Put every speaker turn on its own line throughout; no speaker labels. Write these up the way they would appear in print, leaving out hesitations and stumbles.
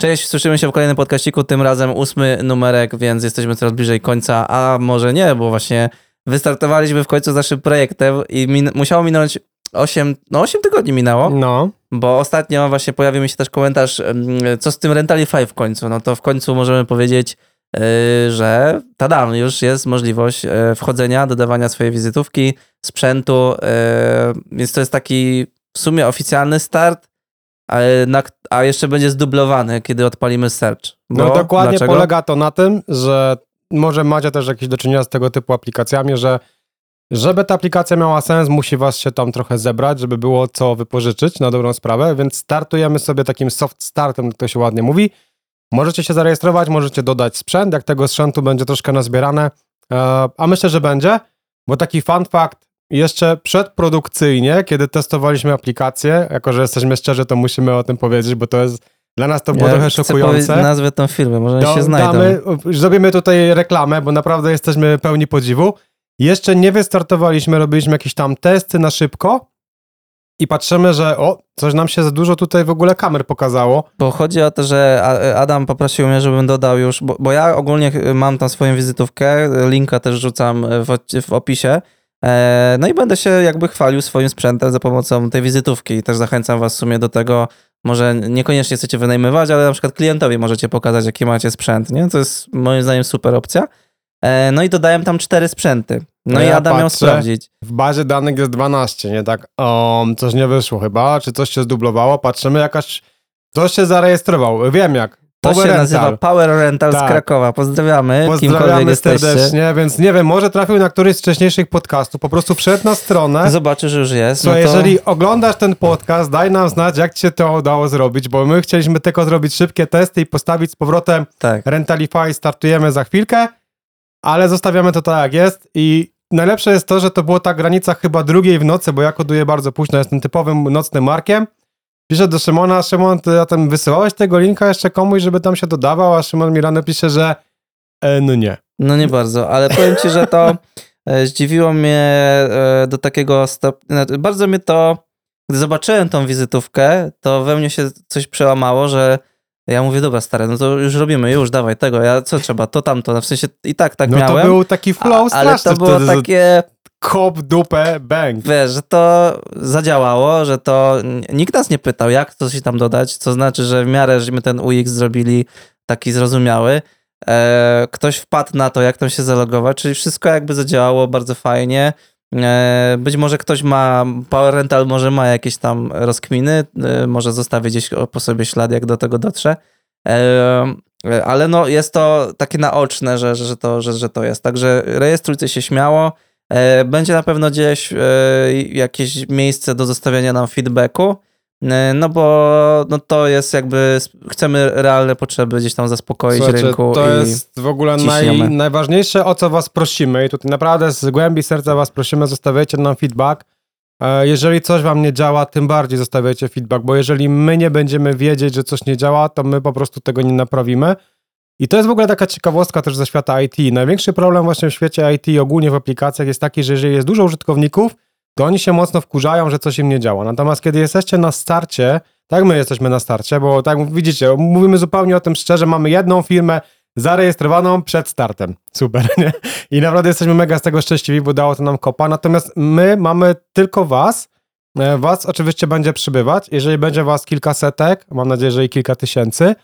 Cześć, słyszymy się w kolejnym podcaściku, tym razem 8 numerek, więc jesteśmy coraz bliżej końca, a może nie, bo właśnie wystartowaliśmy w końcu z naszym projektem i musiało minąć 8 tygodni minęło, bo ostatnio właśnie pojawił mi się też komentarz, co z tym Rentalify w końcu, no to w końcu możemy powiedzieć, że tadam, już jest możliwość wchodzenia, dodawania swojej wizytówki, sprzętu, więc to jest taki w sumie oficjalny start, a jeszcze będzie zdublowany, kiedy odpalimy search.
No dokładnie. Dlaczego? Polega to na tym, że może macie też jakieś do czynienia z tego typu aplikacjami, że żeby ta aplikacja miała sens, musi was się tam trochę zebrać, żeby było co wypożyczyć na dobrą sprawę, więc startujemy sobie takim soft startem, jak to się ładnie mówi. Możecie się zarejestrować, możecie dodać sprzęt, jak tego sprzętu będzie troszkę nazbierane, a myślę, że będzie, bo taki fun fact, jeszcze przedprodukcyjnie, kiedy testowaliśmy aplikację, jako że jesteśmy szczerzy, to musimy o tym powiedzieć, bo to jest, dla nas to było trochę szokujące.
Nazwę tą firmę, może się znajdą.
Zrobimy tutaj reklamę, bo naprawdę jesteśmy pełni podziwu. Jeszcze nie wystartowaliśmy, robiliśmy jakieś tam testy na szybko i patrzymy, że coś nam się za dużo tutaj w ogóle kamer pokazało.
Bo chodzi o to, że Adam poprosił mnie, żebym dodał już, bo ja ogólnie mam tam swoją wizytówkę, linka też rzucam w opisie. No i będę się jakby chwalił swoim sprzętem za pomocą tej wizytówki i też zachęcam was w sumie do tego, może niekoniecznie chcecie wynajmować, ale na przykład klientowi możecie pokazać, jaki macie sprzęt, nie? To jest moim zdaniem super opcja. No i dodałem tam 4 sprzęty. No i Adam miał sprawdzić.
W bazie danych jest 12, nie tak? Coś nie wyszło chyba, czy coś się zdublowało, patrzymy, ktoś się zarejestrował, wiem jak.
To się nazywa Power Rental z Krakowa. Pozdrawiamy
serdecznie, więc nie wiem, może trafił na któryś z wcześniejszych podcastów, po prostu wszedł na stronę.
Zobaczysz, że już jest.
Słuchaj, jeżeli oglądasz ten podcast, daj nam znać, jak ci się to udało zrobić, bo my chcieliśmy tylko zrobić szybkie testy i postawić z powrotem Rentalify, startujemy za chwilkę, ale zostawiamy to tak jak jest i najlepsze jest to, że to było ta granica chyba 2 w nocy, bo ja koduję bardzo późno, jestem typowym nocnym markiem. Piszę do Szymona, Szymon, ty zatem wysyłałeś tego linka jeszcze komuś, żeby tam się dodawał, a Szymon mi rano pisze, że no nie.
No nie bardzo, ale powiem ci, że to zdziwiło mnie do takiego stopnia, bardzo mnie to, gdy zobaczyłem tą wizytówkę, to we mnie się coś przełamało, że ja mówię, dobra stary, no to już robimy, już dawaj tego, co trzeba, to tamto, no w sensie i tak
no
miałem.
No to był taki flow straszny.
Ale to było takie...
Kop, dupę, bang.
Wiesz, że to zadziałało, że to nikt nas nie pytał, jak to się tam dodać, co znaczy, że w miarę, żeśmy ten UX zrobili taki zrozumiały, ktoś wpadł na to, jak tam się zalogować, czyli wszystko jakby zadziałało bardzo fajnie. Być może ktoś ma, Power Rental może ma jakieś tam rozkminy, może zostawi gdzieś po sobie ślad, jak do tego dotrze, ale no jest to takie naoczne, że to jest. Także rejestrujcie się śmiało. Będzie na pewno gdzieś jakieś miejsce do zostawiania nam feedbacku, no bo no to jest jakby, chcemy realne potrzeby gdzieś tam zaspokoić rynku.
To jest w ogóle najważniejsze, o co was prosimy i tutaj naprawdę z głębi serca was prosimy, zostawiajcie nam feedback. Jeżeli coś wam nie działa, tym bardziej zostawiajcie feedback, bo jeżeli my nie będziemy wiedzieć, że coś nie działa, to my po prostu tego nie naprawimy. I to jest w ogóle taka ciekawostka też ze świata IT. Największy problem właśnie w świecie IT i ogólnie w aplikacjach jest taki, że jeżeli jest dużo użytkowników, to oni się mocno wkurzają, że coś im nie działa. Natomiast kiedy jesteście na starcie, tak my jesteśmy na starcie, bo tak widzicie, mówimy zupełnie o tym szczerze, mamy jedną firmę zarejestrowaną przed startem. Super, nie? I naprawdę jesteśmy mega z tego szczęśliwi, bo dało to nam kopa. Natomiast my mamy tylko was. Was oczywiście będzie przybywać. Jeżeli będzie was kilkasetek, mam nadzieję, że i kilka tysięcy,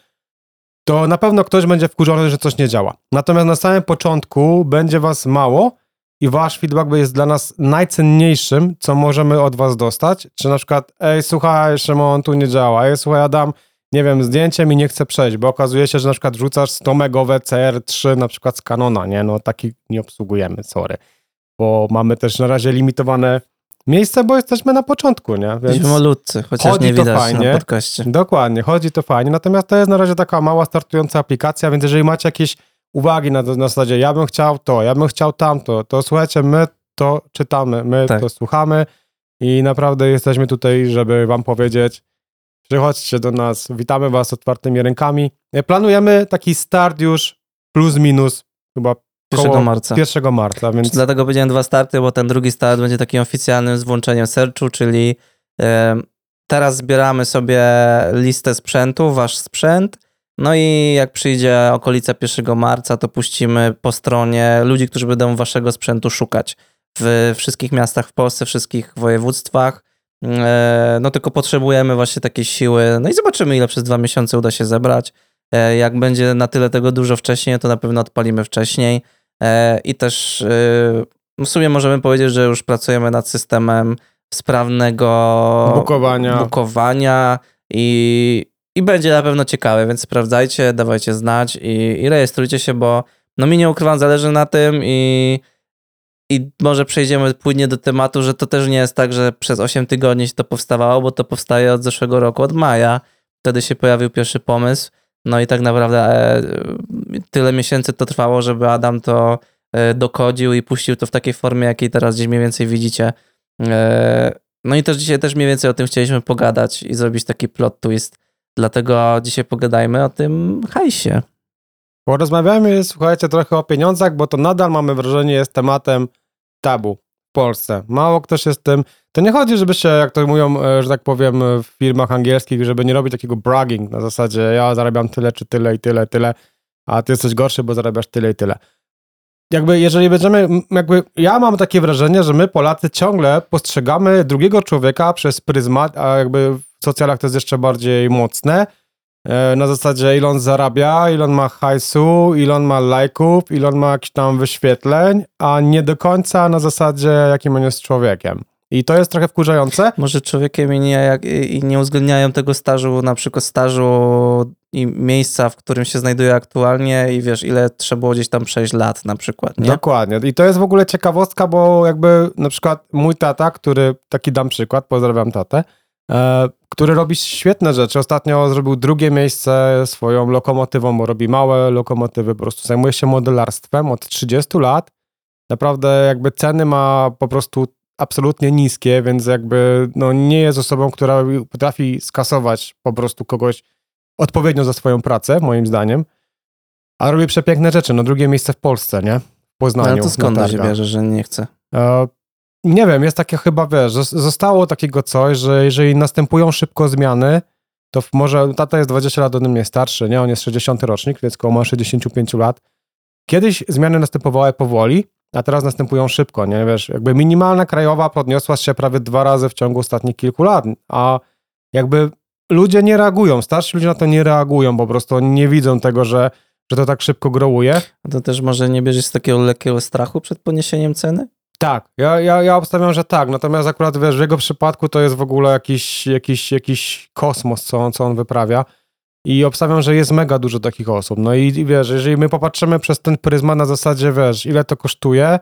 to na pewno ktoś będzie wkurzony, że coś nie działa. Natomiast na samym początku będzie was mało i wasz feedback jest dla nas najcenniejszym, co możemy od was dostać. Czy na przykład, słuchaj, Szymon, tu nie działa, słuchaj, Adam, nie wiem, zdjęcie mi nie chce przejść, bo okazuje się, że na przykład wrzucasz 100-megowe CR3 na przykład z Canona, nie? No taki nie obsługujemy, sorry. Bo mamy też na razie limitowane miejsce, bo jesteśmy na początku, nie? Więc
jesteśmy malutcy, chociaż nie widać fajnie, na podcaście.
Dokładnie, chodzi to fajnie, natomiast to jest na razie taka mała startująca aplikacja, więc jeżeli macie jakieś uwagi na zasadzie, ja bym chciał to, ja bym chciał tamto, to słuchajcie, my to czytamy, my to słuchamy i naprawdę jesteśmy tutaj, żeby wam powiedzieć, przychodźcie do nas, witamy was otwartymi rękami. Planujemy taki start już plus minus chyba 1 marca. Więc...
Dlatego powiedziałem 2 starty, bo ten drugi start będzie takim oficjalnym z włączeniem searchu, czyli teraz zbieramy sobie listę sprzętu, wasz sprzęt, No i jak przyjdzie okolica 1 marca, to puścimy po stronie ludzi, którzy będą waszego sprzętu szukać w wszystkich miastach w Polsce, wszystkich województwach. No tylko potrzebujemy właśnie takiej siły. No i zobaczymy, ile przez 2 miesiące uda się zebrać. Jak będzie na tyle tego dużo wcześniej, to na pewno odpalimy wcześniej. I też w sumie możemy powiedzieć, że już pracujemy nad systemem sprawnego bukowania i będzie na pewno ciekawe, więc sprawdzajcie, dawajcie znać i rejestrujcie się, bo no mi nie ukrywam, zależy na tym i może przejdziemy płynnie do tematu, że to też nie jest tak, że przez 8 tygodni się to powstawało, bo to powstaje od zeszłego roku, od maja. Wtedy się pojawił pierwszy pomysł. No i tak naprawdę tyle miesięcy to trwało, żeby Adam to dokodził i puścił to w takiej formie, jakiej teraz gdzieś mniej więcej widzicie. No i też dzisiaj też mniej więcej o tym chcieliśmy pogadać i zrobić taki plot twist. Dlatego dzisiaj pogadajmy o tym hajsie.
Porozmawiamy, słuchajcie, trochę o pieniądzach, bo to nadal, mamy wrażenie, jest tematem tabu w Polsce. Mało kto się z tym... To nie chodzi, żeby się, jak to mówią, że tak powiem, w firmach angielskich, żeby nie robić takiego bragging na zasadzie ja zarabiam tyle, czy tyle i tyle, tyle, a ty jesteś gorszy, bo zarabiasz tyle i tyle. Jeżeli będziemy, ja mam takie wrażenie, że my Polacy ciągle postrzegamy drugiego człowieka przez pryzmat, a jakby w socjalach to jest jeszcze bardziej mocne, na zasadzie ile on zarabia, ile on ma hajsu, ile on ma lajków, ile on ma jakichś tam wyświetleń, a nie do końca na zasadzie jakim on jest człowiekiem. I to jest trochę wkurzające.
Może człowiekiem i nie uwzględniają tego stażu, na przykład stażu i miejsca, w którym się znajduje aktualnie i wiesz, ile trzeba było gdzieś tam przejść lat na przykład, nie?
Dokładnie. I to jest w ogóle ciekawostka, bo jakby na przykład mój tata, który, taki dam przykład, pozdrawiam tatę, który robi świetne rzeczy. Ostatnio zrobił 2. miejsce swoją lokomotywą, bo robi małe lokomotywy, po prostu zajmuje się modelarstwem od 30 lat. Naprawdę jakby ceny ma po prostu absolutnie niskie, więc jakby no nie jest osobą, która potrafi skasować po prostu kogoś odpowiednio za swoją pracę, moim zdaniem. A robi przepiękne rzeczy. No 2. miejsce w Polsce, nie? W Poznaniu.
Ale to skąd się bierze, że nie chce?
Nie wiem, jest takie chyba, wiesz, zostało takiego coś, że jeżeli następują szybko zmiany, to może, tata jest 20 lat ode mnie starszy, nie? On jest 60 rocznik, więc koło ma 65 lat. Kiedyś zmiany następowały powoli, a teraz następują szybko, nie? Wiesz, jakby minimalna krajowa podniosła się prawie 2 razy w ciągu ostatnich kilku lat, a jakby ludzie nie reagują, starsi ludzie na to nie reagują, po prostu oni nie widzą tego, że to tak szybko growuje.
A to też może nie bierzesz z takiego lekkiego strachu przed podniesieniem ceny?
Tak, ja obstawiam, że tak, natomiast akurat wiesz, w jego przypadku to jest w ogóle jakiś kosmos, co on wyprawia i obstawiam, że jest mega dużo takich osób, no i wiesz, jeżeli my popatrzymy przez ten pryzmat na zasadzie, wiesz, ile to kosztuje,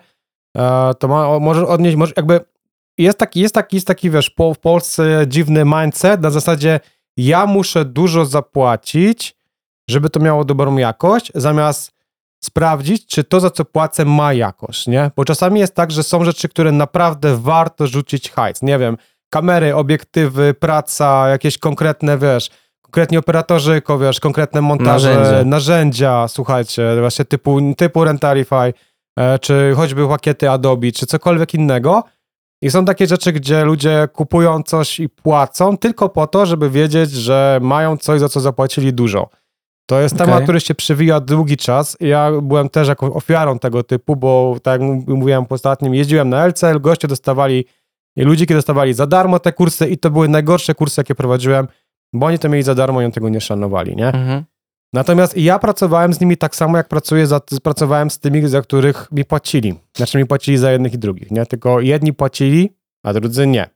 to może odnieść, może jakby jest taki, wiesz, w Polsce dziwny mindset na zasadzie ja muszę dużo zapłacić, żeby to miało dobrą jakość, zamiast sprawdzić, czy to, za co płacę, ma jakość, nie? Bo czasami jest tak, że są rzeczy, które naprawdę warto rzucić hajs. Nie wiem, kamery, obiektywy, praca, jakieś konkretne, wiesz, konkretni operatorzy, wiesz, konkretne montaże, narzędzia, słuchajcie, właśnie typu Rentarify, czy choćby łakiety Adobe, czy cokolwiek innego. I są takie rzeczy, gdzie ludzie kupują coś i płacą tylko po to, żeby wiedzieć, że mają coś, za co zapłacili dużo. To jest temat, który się przewija długi czas. Ja byłem też jako ofiarą tego typu, bo tak jak mówiłem po ostatnim, jeździłem na LCL, goście dostawali, ludziki dostawali za darmo te kursy i to były najgorsze kursy, jakie prowadziłem, bo oni to mieli za darmo i oni tego nie szanowali, nie? Mhm. Natomiast ja pracowałem z nimi tak samo, jak pracowałem z tymi, za których mi płacili. Znaczy mi płacili za jednych i drugich, nie? Tylko jedni płacili, a drudzy nie.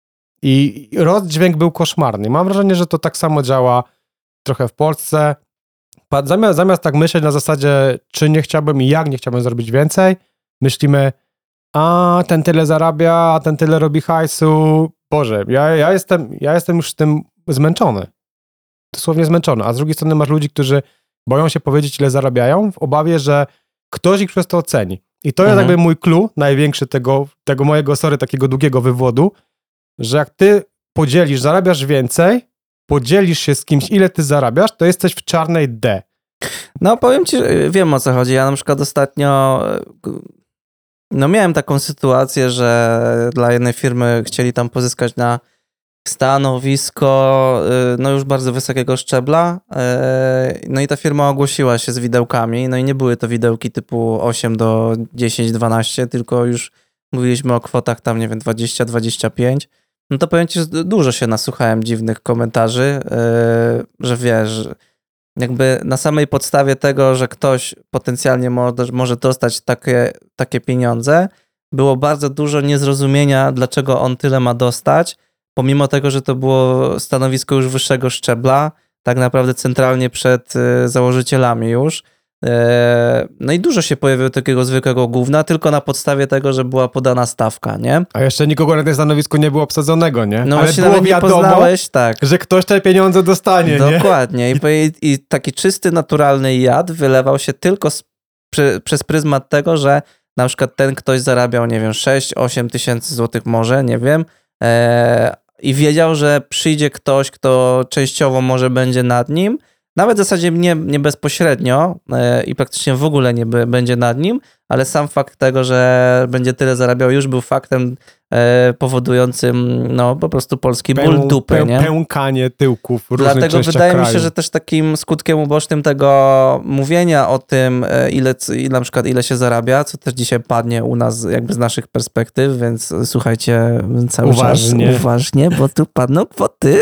I rozdźwięk był koszmarny. Mam wrażenie, że to tak samo działa trochę w Polsce. Zamiast tak myśleć na zasadzie, czy nie chciałbym i jak nie chciałbym zrobić więcej, myślimy, a ten tyle zarabia, a ten tyle robi hajsu. Boże, ja jestem już tym zmęczony. Dosłownie zmęczony. A z drugiej strony masz ludzi, którzy boją się powiedzieć, ile zarabiają, w obawie, że ktoś ich przez to oceni. I to jest jakby mój clue największy tego mojego, takiego długiego wywodu, że jak ty zarabiasz więcej, podzielisz się z kimś, ile ty zarabiasz, to jesteś w czarnej D.
No powiem ci, że wiem, o co chodzi. Ja na przykład ostatnio miałem taką sytuację, że dla jednej firmy chcieli tam pozyskać na stanowisko no już bardzo wysokiego szczebla. No i ta firma ogłosiła się z widełkami, no i nie były to widełki typu 8 do 10, 12, tylko już mówiliśmy o kwotach tam, nie wiem, 20, 25. No to powiem ci, że dużo się nasłuchałem dziwnych komentarzy, że wiesz, jakby na samej podstawie tego, że ktoś potencjalnie może dostać takie pieniądze, było bardzo dużo niezrozumienia, dlaczego on tyle ma dostać, pomimo tego, że to było stanowisko już wyższego szczebla, tak naprawdę centralnie przed założycielami już. No i dużo się pojawiło takiego zwykłego gówna, tylko na podstawie tego, że była podana stawka, nie?
A jeszcze nikogo na tym stanowisku nie było obsadzonego, nie?
No
ale
właśnie
było
nawet nie
wiadomo,
poznałeś, tak.
że ktoś te pieniądze dostanie,
Dokładnie. I taki czysty, naturalny jad wylewał się tylko przez pryzmat tego, że na przykład ten ktoś zarabiał, nie wiem, 6-8 tysięcy złotych może, nie wiem, i wiedział, że przyjdzie ktoś, kto częściowo może będzie nad nim, nawet w zasadzie nie bezpośrednio i praktycznie w ogóle nie będzie nad nim, ale sam fakt tego, że będzie tyle zarabiał, już był faktem powodującym no po prostu polski ból dupy, nie?
Pękanie tyłków w różnych
Dlatego
częściach
wydaje
kraju.
mi się, że też takim skutkiem ubocznym tego mówienia o tym, na przykład ile się zarabia, co też dzisiaj padnie u nas jakby z naszych perspektyw, więc słuchajcie cały czas uważnie, bo tu padną kwoty.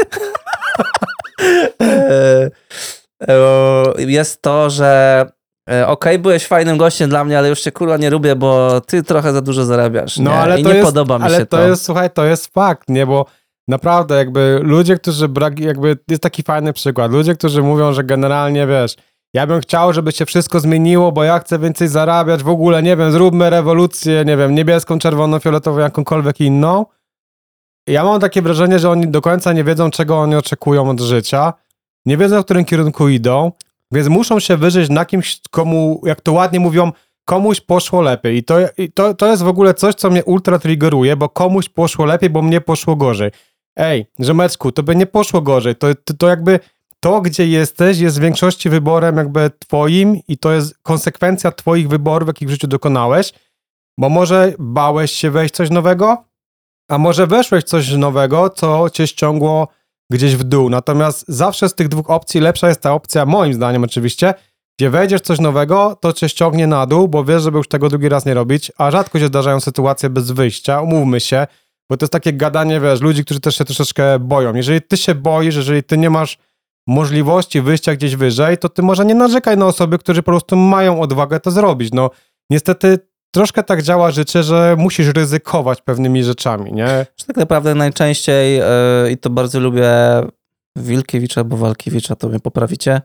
Jest to, że okej, byłeś fajnym gościem dla mnie, ale już cię kurwa nie lubię, bo ty trochę za dużo zarabiasz.
No,
nie?
ale
I
to
nie
jest,
podoba mi
ale
się
to. Jest, słuchaj, to jest fakt, nie? Bo naprawdę jakby ludzie, którzy jakby jest taki fajny przykład. Ludzie, którzy mówią, że generalnie, wiesz, ja bym chciał, żeby się wszystko zmieniło, bo ja chcę więcej zarabiać, w ogóle, nie wiem, zróbmy rewolucję, nie wiem, niebieską, czerwoną, fioletową, jakąkolwiek inną. Ja mam takie wrażenie, że oni do końca nie wiedzą, czego oni oczekują od życia, nie wiedzą, w którym kierunku idą, więc muszą się wyżyć na kimś, komu, jak to ładnie mówią, komuś poszło lepiej. I to jest w ogóle coś, co mnie ultra triggeruje, bo komuś poszło lepiej, bo mnie poszło gorzej. Ej, Rzemeczku, to by nie poszło gorzej. To jakby to, gdzie jesteś, jest w większości wyborem jakby twoim i to jest konsekwencja twoich wyborów, jakich w życiu dokonałeś, bo może bałeś się wejść w coś nowego, a może weszłeś w coś nowego, co cię ściągło gdzieś w dół. Natomiast zawsze z tych dwóch opcji lepsza jest ta opcja, moim zdaniem oczywiście, gdzie wejdziesz w coś nowego, to cię ściągnie na dół, bo wiesz, żeby już tego drugi raz nie robić, a rzadko się zdarzają sytuacje bez wyjścia, umówmy się, bo to jest takie gadanie, wiesz, ludzi, którzy też się troszeczkę boją. Jeżeli ty się boisz, jeżeli ty nie masz możliwości wyjścia gdzieś wyżej, to ty może nie narzekaj na osoby, którzy po prostu mają odwagę to zrobić. No, niestety troszkę tak działa życie, że musisz ryzykować pewnymi rzeczami, nie?
Tak naprawdę najczęściej, i to bardzo lubię Wilkiewicza albo Walkiewicza, to mnie poprawicie,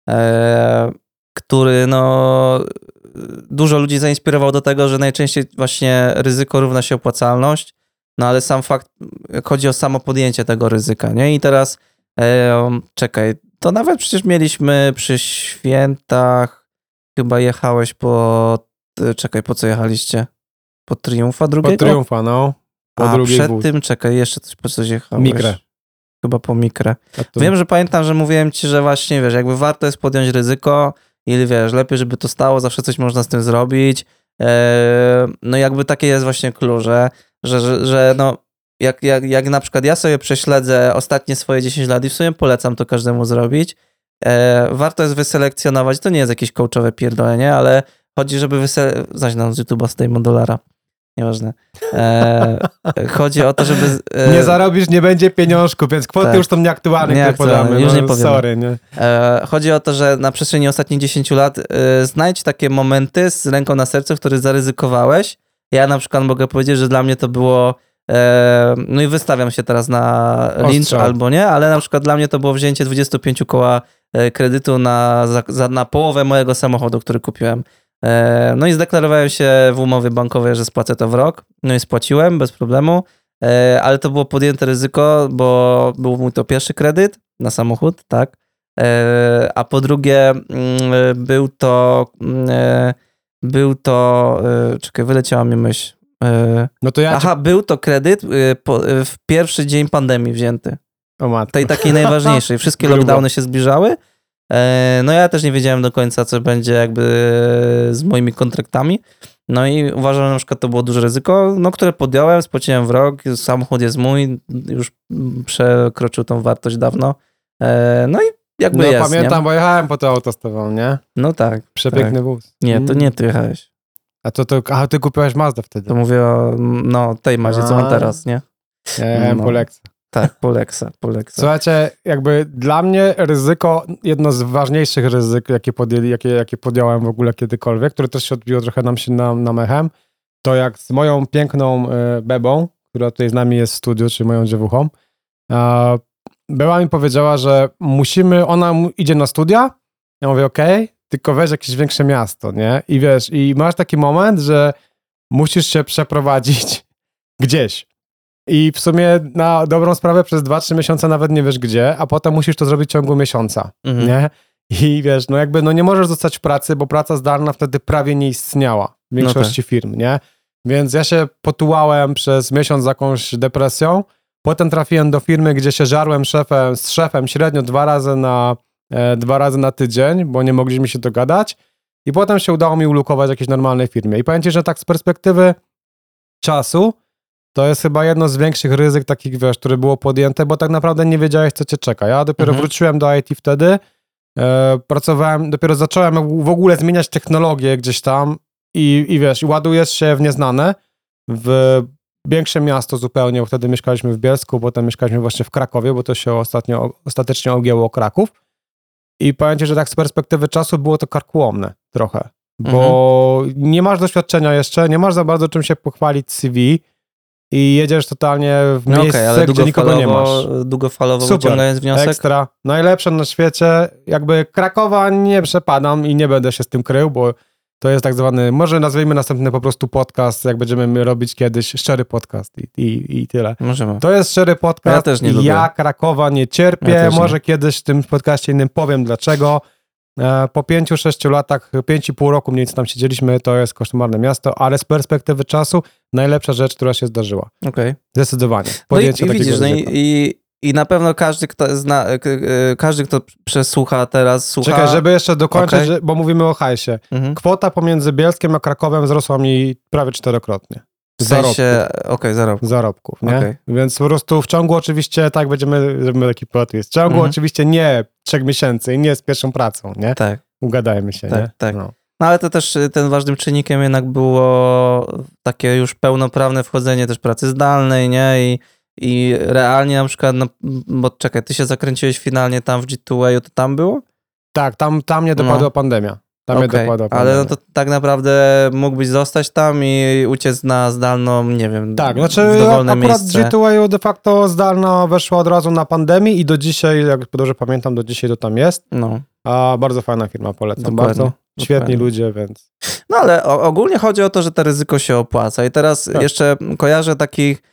który no dużo ludzi zainspirował do tego, że najczęściej właśnie ryzyko równa się opłacalność, no ale sam fakt, jak chodzi o samo podjęcie tego ryzyka, nie? I teraz czekaj, to nawet przecież mieliśmy przy świętach, chyba jechałeś po co jechaliście? Po Triumfa drugiego?
Po Triumfa, no. Po
a
drugiej
przed tym, czekaj, jeszcze po coś jechałeś.
Mikrę.
Chyba po Mikrę. Wiem, że pamiętam, że mówiłem ci, że właśnie, wiesz, jakby warto jest podjąć ryzyko i wiesz, lepiej, żeby to stało, zawsze coś można z tym zrobić. No jakby takie jest właśnie clue, że no jak na przykład ja sobie prześledzę ostatnie swoje 10 lat i w sumie polecam to każdemu zrobić, warto jest wyselekcjonować, to nie jest jakieś coachowe pierdolenie, ale chodzi, żeby zaś nam z YouTube'a z tej $1. Nieważne. Chodzi o to, żeby...
nie zarobisz, nie będzie pieniążku, więc kwoty tak. Już są nieaktualne, które podamy.
Już nie powiem.
Sorry, nie?
Chodzi o to, że na przestrzeni ostatnich 10 lat znajdź takie momenty z ręką na sercu, w których zaryzykowałeś. Ja na przykład mogę powiedzieć, że dla mnie to było... no i wystawiam się teraz na lincz albo nie, ale na przykład dla mnie to było wzięcie 25 koła kredytu na połowę mojego samochodu, który kupiłem. No i zdeklarowałem się w umowie bankowej, że spłacę to w rok. No i spłaciłem bez problemu, ale to było podjęte ryzyko, bo był mój to pierwszy kredyt na samochód, tak? A po drugie był to czekaj, wyleciała mi myśl.
No to
był to kredyt w pierwszy dzień pandemii wzięty.
O matko.
Tej takiej najważniejszej. Wszystkie lockdowny się zbliżały. No ja też nie wiedziałem do końca, co będzie jakby z moimi kontraktami. No i uważam, że na przykład to było duże ryzyko, no, które podjąłem, spłaciłem w rok, samochód jest mój, już przekroczył tą wartość dawno. No i jakby jest,
pamiętam,
nie?
bo jechałem po to auto z tobą, nie?
No tak.
Przepiękny
tak.
wóz.
Nie, to nie ty jechałeś.
A ty kupiłeś Mazdę wtedy.
To mówię o tej Mazie, co mam teraz, nie?
Ja jechałem po Lexa.
Tak, po Lexa.
Słuchajcie, jakby dla mnie ryzyko, jedno z ważniejszych ryzyk, jakie podjąłem w ogóle kiedykolwiek, które też się odbiło trochę nam się na mechem, to jak z moją piękną Bebą, która tutaj z nami jest w studiu, czy moją dziewuchą, Beba mi powiedziała, że ona idzie na studia, ja mówię okej, tylko weź jakieś większe miasto, nie? I wiesz, i masz taki moment, że musisz się przeprowadzić gdzieś. I w sumie na dobrą sprawę przez 2-3 miesiące nawet nie wiesz gdzie, a potem musisz to zrobić w ciągu miesiąca, nie? I wiesz, no jakby nie możesz zostać w pracy, bo praca zdalna wtedy prawie nie istniała w większości firm, nie? Więc ja się potułałem przez miesiąc z jakąś depresją, potem trafiłem do firmy, gdzie się żarłem z szefem średnio 2 razy na tydzień, bo nie mogliśmy się dogadać i potem się udało mi ulokować w jakiejś normalnej firmie. I powiem ci, że tak z perspektywy czasu to jest chyba jedno z większych ryzyk takich, wiesz, które było podjęte, bo tak naprawdę nie wiedziałeś, co cię czeka. Ja dopiero wróciłem do IT wtedy, dopiero zacząłem w ogóle zmieniać technologię gdzieś tam i wiesz, i ładujesz się w nieznane, w większe miasto zupełnie, bo wtedy mieszkaliśmy w Bielsku, potem mieszkaliśmy właśnie w Krakowie, bo to się ostatecznie ogięło Kraków. I powiem ci, że tak z perspektywy czasu było to karkołomne trochę, bo nie masz doświadczenia jeszcze, nie masz za bardzo czym się pochwalić CV i jedziesz totalnie w miejsce,
ale
gdzie nikogo nie masz.
Długofalowo wyciągając wniosek?
Ekstra, najlepsze na świecie. Jakby Krakowa nie przepadam i nie będę się z tym krył, bo to jest tak zwany, może nazwijmy następny po prostu podcast, jak będziemy robić kiedyś, szczery podcast i tyle.
Możemy.
To jest szczery podcast.
Ja też nie lubię.
Ja Krakowa nie cierpię.
Ja
może kiedyś w tym podcaście innym powiem dlaczego. Po 5-6 latach, 5,5 roku mniej więcej tam siedzieliśmy, to jest koszmarne miasto, ale z perspektywy czasu najlepsza rzecz, która się zdarzyła.
Okej.
Zdecydowanie.
No i widzisz, i na pewno każdy, kto przesłucha teraz, słucha...
Czekaj, żeby jeszcze dokończyć, bo mówimy o hajsie. Kwota pomiędzy Bielskiem a Krakowem wzrosła mi prawie 4-krotnie.
W sensie,
zarobków, nie? Więc po prostu w ciągu oczywiście, tak robimy taki plot twist, w ciągu oczywiście nie 3 miesięcy i nie z pierwszą pracą, nie?
Tak.
Ugadajmy się, nie?
Tak. No ale to też ten ważnym czynnikiem jednak było takie już pełnoprawne wchodzenie też pracy zdalnej, nie? I realnie na przykład, bo czekaj, ty się zakręciłeś finalnie tam w G2A, to tam było?
Tak, tam nie dopadła pandemia.
Ale no to tak naprawdę mógłbyś zostać tam i uciec na zdalną, nie wiem,
tak, znaczy
w dowolne
akurat
miejsce.
G2A de facto zdalna weszła od razu na pandemii i do dzisiaj, jak dobrze pamiętam, do dzisiaj to tam jest.
No.
A bardzo fajna firma, polecam bardzo. Świetni ludzie, więc...
No ale ogólnie chodzi o to, że to ryzyko się opłaca. I teraz jeszcze kojarzę takich...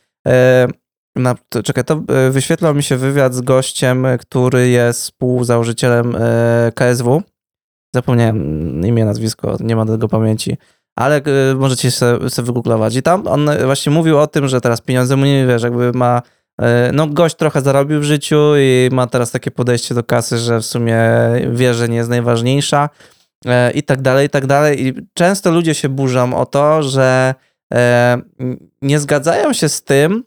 to wyświetlał mi się wywiad z gościem, który jest współzałożycielem KSW. Zapomniałem imię, nazwisko, nie mam do tego pamięci, ale możecie sobie wygooglować. I tam on właśnie mówił o tym, że teraz pieniądze mu nie, wiesz, jakby ma, no gość trochę zarobił w życiu i ma teraz takie podejście do kasy, że w sumie wie, że nie jest najważniejsza i tak dalej, i tak dalej. I często ludzie się burzą o to, że nie zgadzają się z tym,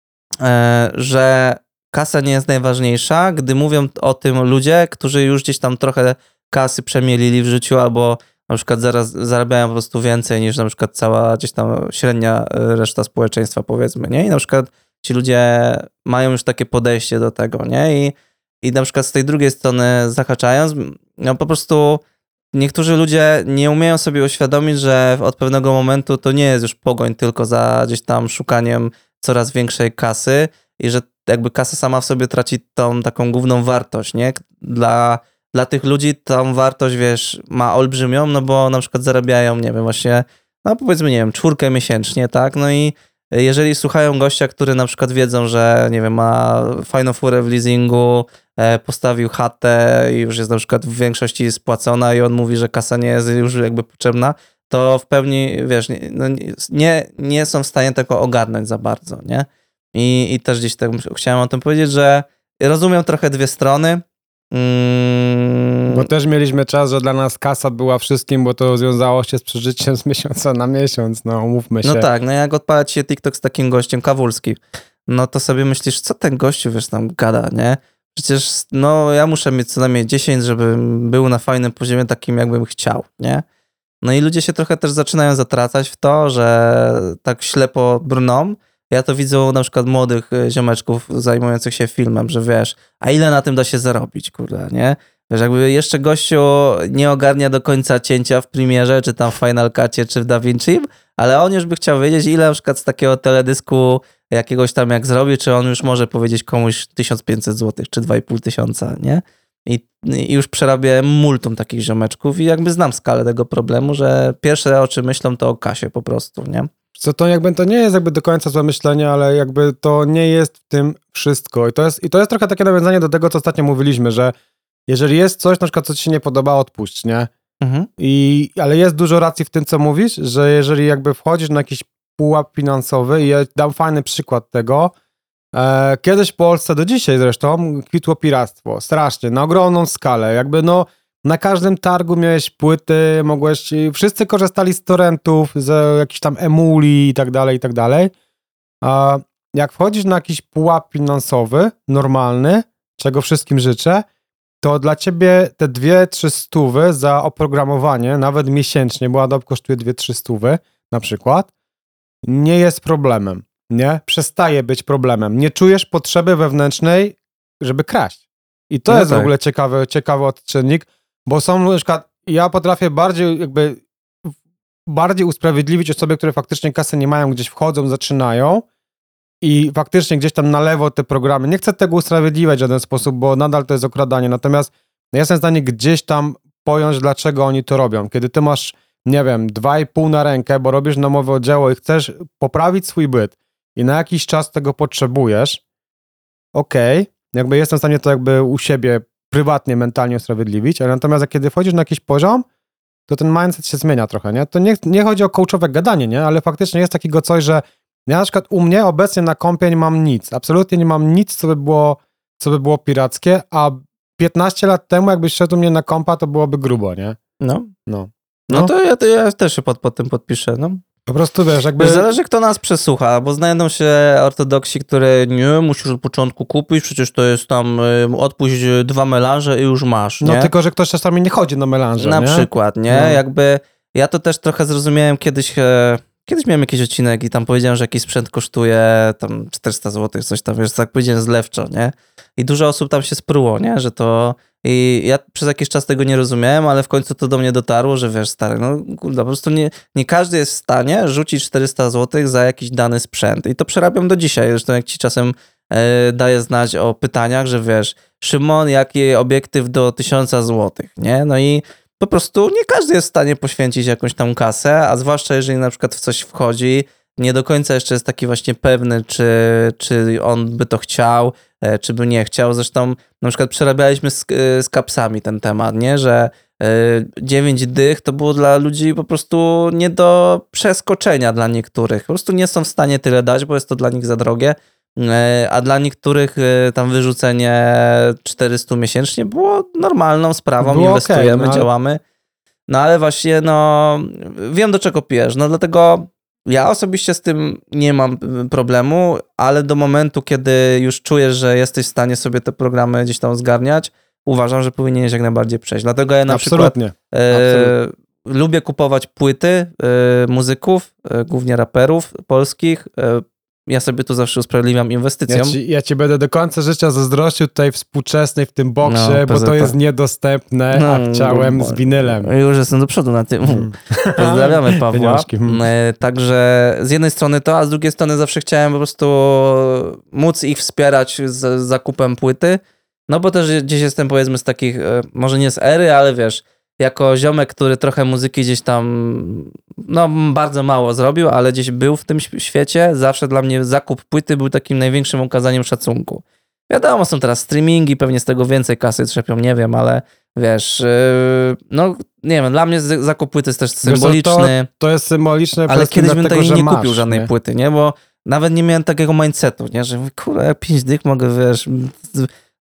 że kasa nie jest najważniejsza, gdy mówią o tym ludzie, którzy już gdzieś tam trochę kasy przemielili w życiu, albo na przykład zarabiają po prostu więcej niż na przykład cała gdzieś tam średnia reszta społeczeństwa, powiedzmy, nie? I na przykład ci ludzie mają już takie podejście do tego, nie? I na przykład z tej drugiej strony zahaczając, no po prostu niektórzy ludzie nie umieją sobie uświadomić, że od pewnego momentu to nie jest już pogoń tylko za gdzieś tam szukaniem coraz większej kasy i że jakby kasa sama w sobie traci tą taką główną wartość, nie? Dla tych ludzi tą wartość, wiesz, ma olbrzymią, no bo na przykład zarabiają, nie wiem, właśnie, no powiedzmy, nie wiem, 4 miesięcznie, tak? No i jeżeli słuchają gościa, który na przykład wiedzą, że, nie wiem, ma fajną furę w leasingu, postawił chatę i już jest na przykład w większości spłacona i on mówi, że kasa nie jest już jakby potrzebna, to w pełni, wiesz, nie są w stanie tego ogarnąć za bardzo, nie? I też gdzieś tak chciałem o tym powiedzieć, że rozumiem trochę dwie strony,
Bo też mieliśmy czas, że dla nas kasa była wszystkim, bo to wiązało się z przeżyciem z miesiąca na miesiąc, no umówmy się.
No tak, no jak odpala ci się TikTok z takim gościem, Kawulski, no to sobie myślisz, co ten gościu, wiesz, tam gada, nie? Przecież, no ja muszę mieć co najmniej 10, żebym był na fajnym poziomie takim, jakbym chciał, nie? No i ludzie się trochę też zaczynają zatracać w to, że tak ślepo brną. Ja to widzę u na przykład młodych ziomeczków zajmujących się filmem, że wiesz, a ile na tym da się zarobić, kurde, nie? Wiesz, jakby jeszcze gościu nie ogarnia do końca cięcia w Premierze, czy tam w Final Cutie, czy w DaVinci, ale on już by chciał wiedzieć, ile na przykład z takiego teledysku jakiegoś tam jak zrobi, czy on już może powiedzieć komuś 1500 zł, czy 2500, nie? I już przerabiałem multum takich ziomeczków i jakby znam skalę tego problemu, że pierwsze o czym myślą to o kasie po prostu, nie?
Co to jakby to nie jest jakby do końca złe myślenie, ale jakby to nie jest w tym wszystko. I to jest trochę takie nawiązanie do tego, co ostatnio mówiliśmy, że jeżeli jest coś, na przykład co ci się nie podoba, odpuść, nie?
Mhm.
Ale jest dużo racji w tym, co mówisz, że jeżeli jakby wchodzisz na jakiś pułap finansowy i ja dam fajny przykład tego, kiedyś w Polsce, do dzisiaj zresztą, kwitło piractwo, strasznie, na ogromną skalę, jakby no na każdym targu miałeś płyty, wszyscy korzystali z torrentów, z jakichś tam emuli i tak dalej, a jak wchodzisz na jakiś pułap finansowy, normalny, czego wszystkim życzę, to dla ciebie te 2-3 stówy za oprogramowanie, nawet miesięcznie, bo Adobe kosztuje 2-3 stówy na przykład, nie jest problemem, nie? Przestaje być problemem. Nie czujesz potrzeby wewnętrznej, żeby kraść. I to jest w ogóle ciekawy odczynnik, bo są na przykład, ja potrafię bardziej usprawiedliwić osoby, które faktycznie kasy nie mają, gdzieś wchodzą, zaczynają i faktycznie gdzieś tam na lewo te programy, nie chcę tego usprawiedliwiać w żaden sposób, bo nadal to jest okradanie, natomiast ja jestem w stanie gdzieś tam pojąć, dlaczego oni to robią. Kiedy ty masz, nie wiem, 2,5 na rękę, bo robisz nowe dzieło i chcesz poprawić swój byt i na jakiś czas tego potrzebujesz, okej, jakby jestem w stanie to jakby u siebie prywatnie, mentalnie usprawiedliwić, ale natomiast kiedy wchodzisz na jakiś poziom, to ten mindset się zmienia trochę, nie? To nie chodzi o coachowe gadanie, nie? Ale faktycznie jest takiego coś, że ja na przykład u mnie obecnie na kompie nie mam nic. Absolutnie nie mam nic, co by było pirackie, a 15 lat temu jakbyś szedł u mnie na kompa, to byłoby grubo, nie?
No to ja też się pod tym podpiszę, no.
Po prostu wiesz, jakby...
Zależy kto nas przesłucha, bo znajdą się ortodoksi, które nie, musisz od początku kupić, przecież to jest tam odpuść 2 melanże i już masz, nie?
No tylko, że ktoś czasami nie chodzi na melanże,
na
nie?
przykład, nie?
No.
Jakby ja to też trochę zrozumiałem kiedyś miałem jakiś odcinek i tam powiedziałem, że jakiś sprzęt kosztuje tam 400 zł, coś tam, wiesz, tak powiedziałem zlewczo, nie? I dużo osób tam się spruło, nie? Że to... I ja przez jakiś czas tego nie rozumiałem, ale w końcu to do mnie dotarło, że wiesz, stary, no kurde, po prostu nie każdy jest w stanie rzucić 400 zł za jakiś dany sprzęt. I to przerabiam do dzisiaj. Zresztą jak ci czasem daję znać o pytaniach, że wiesz, Szymon, jaki obiektyw do 1000 zł, nie? No i po prostu nie każdy jest w stanie poświęcić jakąś tam kasę, a zwłaszcza jeżeli na przykład w coś wchodzi, nie do końca jeszcze jest taki właśnie pewny, czy on by to chciał, czy by nie chciał. Zresztą na przykład przerabialiśmy z kapsami ten temat, nie? Że 9 dych to było dla ludzi po prostu nie do przeskoczenia dla niektórych. Po prostu nie są w stanie tyle dać, bo jest to dla nich za drogie, a dla niektórych tam wyrzucenie 400 miesięcznie było normalną sprawą,
było
inwestujemy,
okay,
działamy. No ale właśnie, no wiem do czego pijesz, no dlatego ja osobiście z tym nie mam problemu, ale do momentu, kiedy już czujesz, że jesteś w stanie sobie te programy gdzieś tam zgarniać, uważam, że powinieneś jak najbardziej przejść. Dlatego ja na przykład lubię kupować płyty muzyków, głównie raperów polskich. Ja sobie tu zawsze usprawiedliwiam inwestycją.
Ja ci będę do końca życia zazdrościł tutaj współczesnej w tym boksie, bo to jest niedostępne, a chciałem z winylem.
Już jestem do przodu na tym. Pozdrawiamy Pawła. Także z jednej strony to, a z drugiej strony zawsze chciałem po prostu móc ich wspierać z zakupem płyty, no bo też gdzieś jestem powiedzmy z takich, może nie z ery, ale wiesz, jako ziomek, który trochę muzyki gdzieś tam, no bardzo mało zrobił, ale gdzieś był w tym świecie, zawsze dla mnie zakup płyty był takim największym okazaniem szacunku. Wiadomo, są teraz streamingi, pewnie z tego więcej kasy trzepią, nie wiem, ale wiesz, no nie wiem, dla mnie zakup płyty jest też symboliczny.
To jest symboliczne,
ale kiedyś bym
tego,
nie kupił żadnej płyty, nie, bo nawet nie miałem takiego mindsetu, nie, że kurwa, 5 dych mogę, wiesz,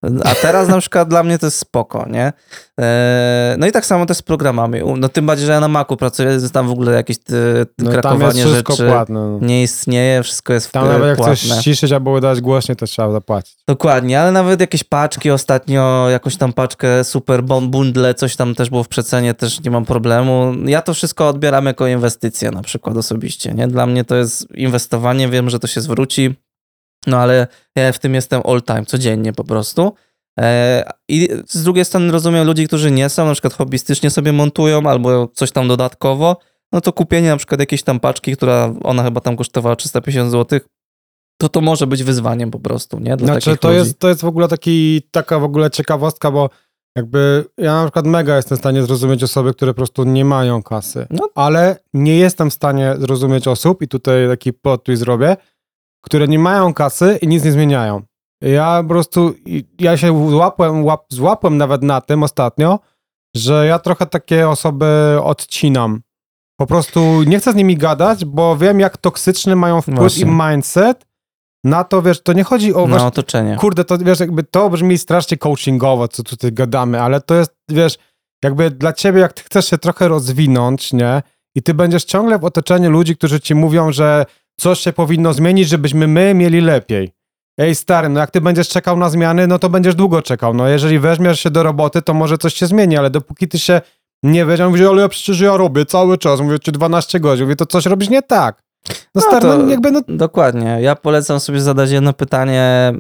A teraz na przykład dla mnie to jest spoko, nie? No i tak samo też z programami. No tym bardziej, że ja na Macu pracuję, jest tam w ogóle jakieś krakowanie rzeczy.
Płatne.
Nie istnieje, wszystko jest
tam nawet
płatne.
Jak chcesz ściszyć albo dać głośniej, to trzeba zapłacić.
Dokładnie, ale nawet jakieś paczki ostatnio, jakąś tam paczkę super bundle, coś tam też było w przecenie, też nie mam problemu. Ja to wszystko odbieram jako inwestycję na przykład osobiście, nie? Dla mnie to jest inwestowanie, wiem, że to się zwróci, no ale ja w tym jestem all time, codziennie po prostu. I z drugiej strony rozumiem ludzi, którzy nie są, na przykład hobbystycznie sobie montują albo coś tam dodatkowo, no to kupienie na przykład jakiejś tam paczki, która ona chyba tam kosztowała 350 zł, to może być wyzwaniem po prostu, nie? Dla takich ludzi.
To jest w ogóle taka w ogóle ciekawostka, bo jakby ja na przykład mega jestem w stanie zrozumieć osoby, które po prostu nie mają kasy, ale nie jestem w stanie zrozumieć osób, i tutaj taki plot twist zrobię, które nie mają kasy i nic nie zmieniają. Ja po prostu, ja się złapłem nawet na tym ostatnio, że ja trochę takie osoby odcinam. Po prostu nie chcę z nimi gadać, bo wiem, jak toksyczny mają wpływ i mindset na to, wiesz, to nie chodzi o...
Na otoczenie.
Kurde, to wiesz, jakby to brzmi strasznie coachingowo, co tutaj gadamy, ale to jest, wiesz, jakby dla ciebie, jak ty chcesz się trochę rozwinąć, nie? I ty będziesz ciągle w otoczeniu ludzi, którzy ci mówią, że coś się powinno zmienić, żebyśmy my mieli lepiej. Ej, stary, no jak ty będziesz czekał na zmiany, no to będziesz długo czekał. No jeżeli weźmiesz się do roboty, to może coś się zmieni, ale dopóki ty się nie wiesz, mówisz, ale ja przecież ja robię cały czas, mówię ci 12 godzin, mówię, to coś robisz nie tak. No stary,
to,
no jakby... No...
Dokładnie. Ja polecam sobie zadać jedno pytanie.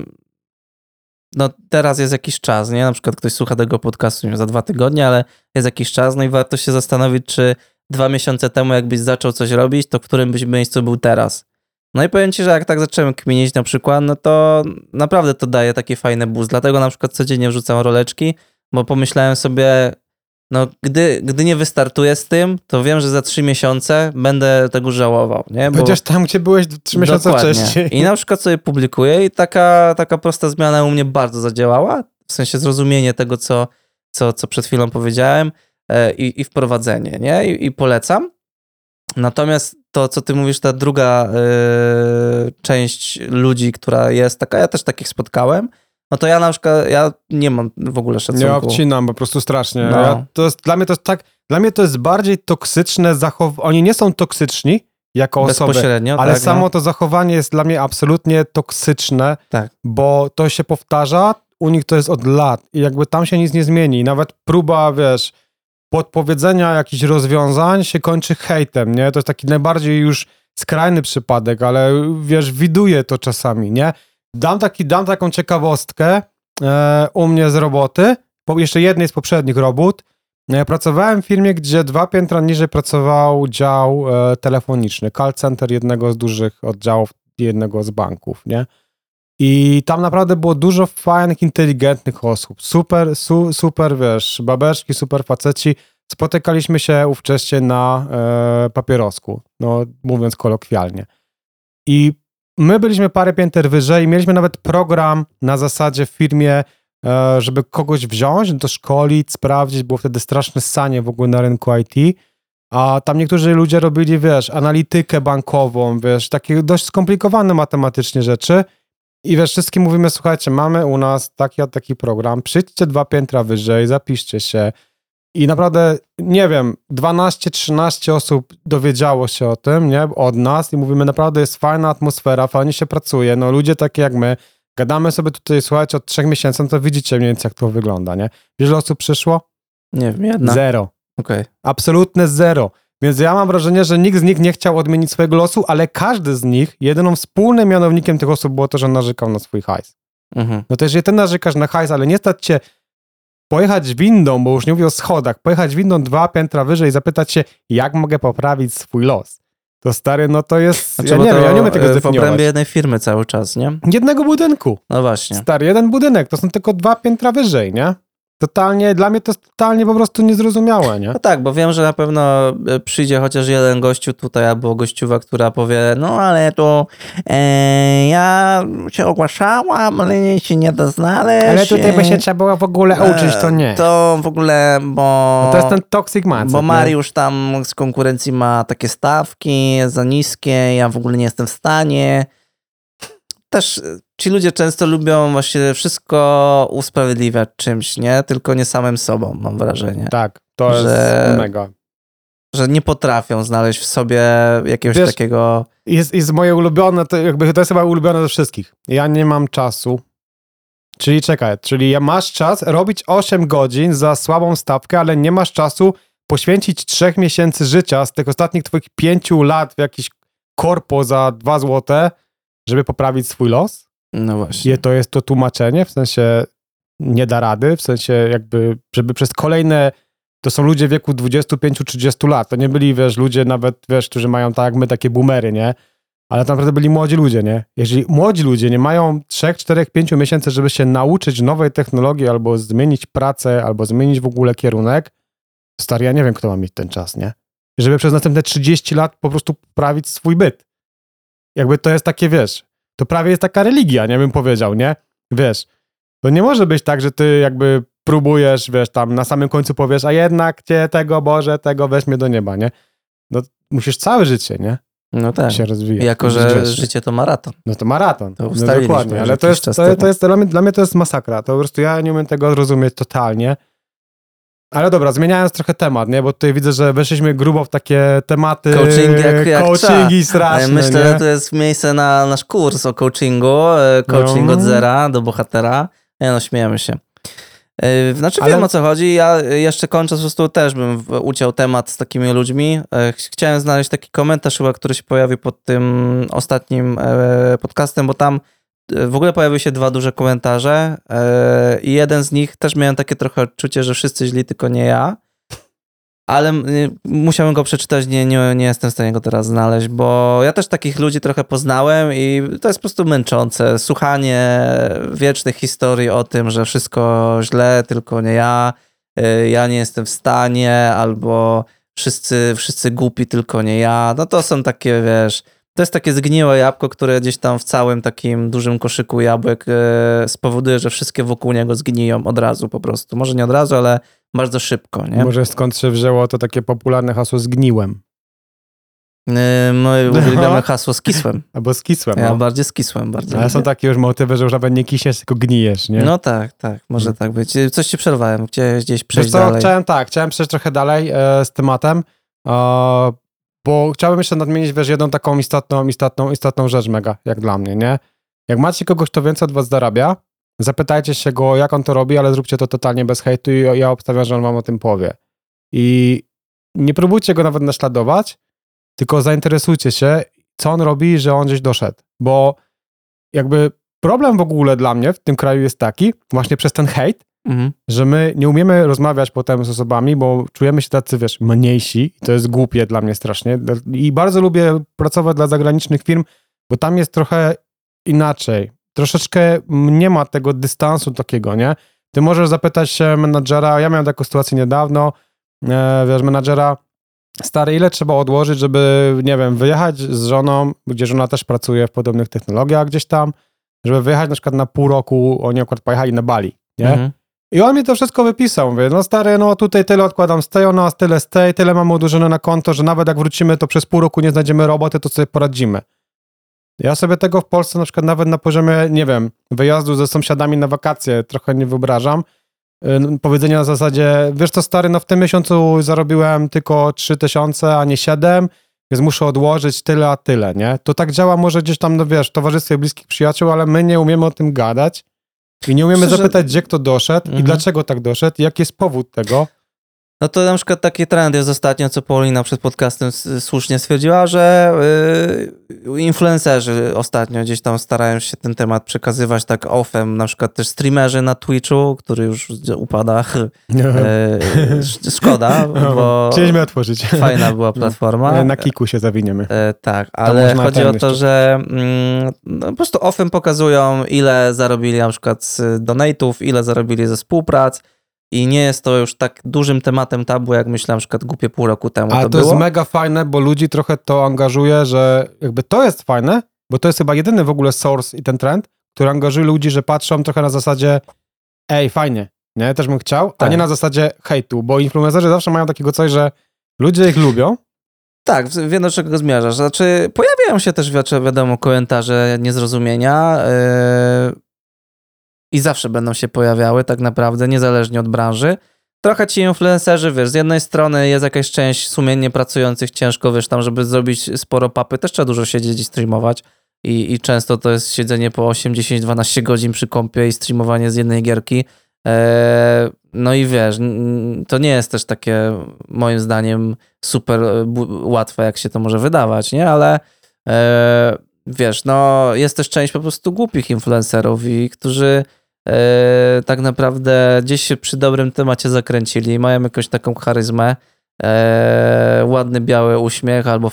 No teraz jest jakiś czas, nie? Na przykład ktoś słucha tego podcastu nie, za 2 tygodnie, ale jest jakiś czas, no i warto się zastanowić, czy 2 miesiące temu jakbyś zaczął coś robić, to w którym byś miejscu był teraz. No i powiem ci, że jak tak zacząłem kminić na przykład, no to naprawdę to daje taki fajny boost. Dlatego na przykład codziennie wrzucam roleczki, bo pomyślałem sobie, no gdy nie wystartuję z tym, to wiem, że za 3 miesiące będę tego żałował, nie? Bo...
Chociaż tam, gdzie byłeś 3 miesiące
Dokładnie.
wcześniej.
I na przykład sobie publikuję i taka prosta zmiana u mnie bardzo zadziałała, w sensie zrozumienie tego, co przed chwilą powiedziałem i wprowadzenie, nie? I polecam. Natomiast to, co ty mówisz, ta druga część ludzi, która jest taka, ja też takich spotkałem, no to ja na przykład, ja nie mam w ogóle szacunku.
Ja obcinam po prostu strasznie.
No.
Dla mnie to jest bardziej toksyczne zachowanie. Oni nie są toksyczni jako osoby, ale
tak,
samo to zachowanie jest dla mnie absolutnie toksyczne,
tak.
Bo to się powtarza, u nich to jest od lat i jakby tam się nic nie zmieni. Nawet próba, wiesz, podpowiedzenia jakichś rozwiązań się kończy hejtem, nie? To jest taki najbardziej już skrajny przypadek, ale wiesz, widuję to czasami, nie? Dam taką ciekawostkę u mnie z roboty, jeszcze jednej z poprzednich robót. Pracowałem w firmie, gdzie 2 piętra niżej pracował dział telefoniczny, call center jednego z dużych oddziałów jednego z banków, nie? I tam naprawdę było dużo fajnych, inteligentnych osób. Super, wiesz, babeczki, super faceci. Spotykaliśmy się ówcześnie na papierosku, no mówiąc kolokwialnie. I my byliśmy parę pięter wyżej i mieliśmy nawet program na zasadzie w firmie, żeby kogoś wziąć, doszkolić, sprawdzić. Było wtedy straszne ssanie w ogóle na rynku IT. A tam niektórzy ludzie robili, wiesz, analitykę bankową, wiesz, takie dość skomplikowane matematycznie rzeczy. I wiesz, wszystkim mówimy, słuchajcie, mamy u nas taki program, przyjdźcie 2 piętra wyżej, zapiszcie się. I naprawdę, nie wiem, 12-13 osób dowiedziało się o tym, nie, od nas i mówimy, naprawdę jest fajna atmosfera, fajnie się pracuje, no ludzie takie jak my, gadamy sobie tutaj, słuchajcie, od 3 miesięcy, no to widzicie mniej więcej, jak to wygląda, nie? Wiesz, ile osób przyszło?
Nie wiem, 1.
0.
Okay.
Absolutne 0. Więc ja mam wrażenie, że nikt z nich nie chciał odmienić swojego losu, ale każdy z nich, jedynym wspólnym mianownikiem tych osób było to, że narzekał na swój hajs.
Mhm.
No to jeżeli ty narzekasz na hajs, ale nie stać cię pojechać windą, bo już nie mówię o schodach, pojechać windą 2 piętra wyżej i zapytać się, jak mogę poprawić swój los. To stary, no to jest...
Znaczy,
ja nie umiem tego
w
zdefiniować.
obrębie jednej firmy cały czas, nie?
Jednego budynku.
No właśnie.
Stary, jeden budynek, to są tylko 2 piętra wyżej, nie? Totalnie, dla mnie to jest totalnie po prostu niezrozumiałe, nie?
No tak, bo wiem, że na pewno przyjdzie chociaż jeden gościu tutaj albo gościuwa, która powie, no ale to ja się ogłaszałam, ale się nie da znaleźć.
Ale tutaj by się trzeba było w ogóle uczyć, to nie.
To w ogóle, bo...
To jest ten toxic mindset.
Bo Mariusz tam z konkurencji ma takie stawki za niskie, ja w ogóle nie jestem w stanie. też ci ludzie często lubią właśnie wszystko usprawiedliwiać czymś, nie? Tylko nie samym sobą, mam wrażenie.
Tak, to jest mega.
Że nie potrafią znaleźć w sobie jakiegoś takiego...
Jest moje ulubione, to jest chyba ulubione ze wszystkich. Ja nie mam czasu. Czyli masz czas robić 8 godzin za słabą stawkę, ale nie masz czasu poświęcić 3 miesięcy życia z tych ostatnich twoich 5 lat w jakiś korpo za 2 złote, żeby poprawić swój los?
No właśnie.
To jest to tłumaczenie, w sensie nie da rady, w sensie jakby, żeby przez kolejne, to są ludzie w wieku 25-30 lat, to nie byli, ludzie nawet, którzy mają tak jak my, takie boomery, nie? Ale to naprawdę byli młodzi ludzie, nie? Jeżeli młodzi ludzie nie mają 3, 4, 5 miesięcy, żeby się nauczyć nowej technologii, albo zmienić pracę, albo zmienić w ogóle kierunek, stary, ja nie wiem, kto ma mieć ten czas, nie? Żeby przez następne 30 lat po prostu poprawić swój byt. Jakby to jest takie, to prawie jest taka religia, nie bym powiedział, nie? To nie może być tak, że ty jakby próbujesz, tam na samym końcu powiesz, a jednak tego weź mnie do nieba, nie? No musisz całe życie, nie?
No tak.
Się rozwijać.
Jako, że życie to maraton.
No to maraton.
To
dokładnie, ale to jest dla mnie to jest masakra. To po prostu ja nie umiem tego zrozumieć totalnie. Ale dobra, zmieniając trochę temat, nie? Bo tutaj widzę, że weszliśmy grubo w takie tematy. Coachingi straszne.
Myślę,
nie?
że to jest miejsce na nasz kurs o coachingu. Coaching od zera do bohatera. Śmiejemy się. Wiem, o co chodzi. Ja jeszcze kończąc, po prostu też bym uciął temat z takimi ludźmi. Chciałem znaleźć taki komentarz chyba, który się pojawił pod tym ostatnim podcastem, bo tam w ogóle pojawiły się 2 duże komentarze i jeden z nich też miałem takie trochę odczucie, że wszyscy źli, tylko nie ja. Ale musiałem go przeczytać, nie jestem w stanie go teraz znaleźć, bo ja też takich ludzi trochę poznałem i to jest po prostu męczące. Słuchanie wiecznych historii o tym, że wszystko źle, tylko nie ja, ja nie jestem w stanie, albo wszyscy głupi, tylko nie ja. No to są takie, to jest takie zgniłe jabłko, które gdzieś tam w całym takim dużym koszyku jabłek spowoduje, że wszystkie wokół niego zgniją od razu po prostu. Może nie od razu, ale bardzo szybko, nie?
Może skąd się wzięło to takie popularne hasło zgniłem?
Moje uwielbione hasło skisłem.
Albo skisłem.
Ja bardziej skisłem.
Ale są takie już motywy, że już nawet nie kisiesz, tylko gnijesz, nie?
No tak, może tak być. Coś ci przerwałem, chciałeś gdzieś przejść dalej.
Chciałem przejść trochę dalej z tematem, bo chciałbym jeszcze nadmienić, jedną taką istotną rzecz mega, jak dla mnie, nie? Jak macie kogoś, kto więcej od was zarabia, zapytajcie się go, jak on to robi, ale zróbcie to totalnie bez hejtu i ja obstawiam, że on wam o tym powie. I nie próbujcie go nawet naśladować, tylko zainteresujcie się, co on robi, że on gdzieś doszedł. Bo jakby problem w ogóle dla mnie w tym kraju jest taki, właśnie przez ten hejt, że my nie umiemy rozmawiać potem z osobami, bo czujemy się tacy, mniejsi. To jest głupie dla mnie strasznie. I bardzo lubię pracować dla zagranicznych firm, bo tam jest trochę inaczej. Troszeczkę nie ma tego dystansu takiego, nie? Ty możesz zapytać się menadżera, ja miałem taką sytuację niedawno, menadżera, stary, ile trzeba odłożyć, żeby, nie wiem, wyjechać z żoną, gdzie żona też pracuje w podobnych technologiach gdzieś tam, żeby wyjechać na przykład na pół roku, oni akurat pojechali na Bali, nie? I on mi to wszystko wypisał, mówię, no stary, tutaj tyle odkładam z tej, tyle z tej, tyle mamy odłożone na konto, że nawet jak wrócimy, to przez pół roku nie znajdziemy roboty, to sobie poradzimy. Ja sobie tego w Polsce na przykład nawet na poziomie, nie wiem, wyjazdu ze sąsiadami na wakacje trochę nie wyobrażam. Powiedzenia na zasadzie, wiesz co stary, w tym miesiącu zarobiłem tylko 3000, a nie 7, więc muszę odłożyć tyle, a tyle, nie? To tak działa może gdzieś tam, w towarzystwie bliskich przyjaciół, ale my nie umiemy o tym gadać i nie umiemy zapytać, gdzie kto doszedł i dlaczego tak doszedł i jaki jest powód tego.
No to na przykład taki trend jest ostatnio, co Paulina przed podcastem słusznie stwierdziła, że influencerzy ostatnio gdzieś tam starają się ten temat przekazywać tak offem, na przykład też streamerzy na Twitchu, który już upada. Szkoda, bo
chcieliśmy otworzyć.
Fajna była platforma.
Na Kiku się zawiniemy.
Tak, ale chodzi o to, że po prostu offem pokazują, ile zarobili na przykład z donate'ów, ile zarobili ze współprac. I nie jest to już tak dużym tematem tabu, jak myślałem, na przykład głupie pół roku temu
to było. Jest mega fajne, bo ludzi trochę to angażuje, że jakby to jest fajne, bo to jest chyba jedyny w ogóle source i ten trend, który angażuje ludzi, że patrzą trochę na zasadzie fajnie, nie? Też bym chciał, a nie na zasadzie hejtu, bo influencerzy zawsze mają takiego coś, że ludzie ich lubią,
Tak, wiem do czego zmierzasz. Znaczy, pojawiają się też, wiadomo, komentarze niezrozumienia i zawsze będą się pojawiały tak naprawdę, niezależnie od branży. Trochę ci influencerzy, wiesz, z jednej strony jest jakaś część sumiennie pracujących ciężko, wiesz, tam, żeby zrobić sporo papy, też trzeba dużo siedzieć i streamować i często to jest siedzenie po 8, 10, 12 godzin przy kompie i streamowanie z jednej gierki. No i wiesz, to nie jest też takie, moim zdaniem, super łatwe, jak się to może wydawać, nie? Ale wiesz, no jest też część po prostu głupich influencerów i którzy tak naprawdę gdzieś się przy dobrym temacie zakręcili, mają jakąś taką charyzmę, ładny biały uśmiech albo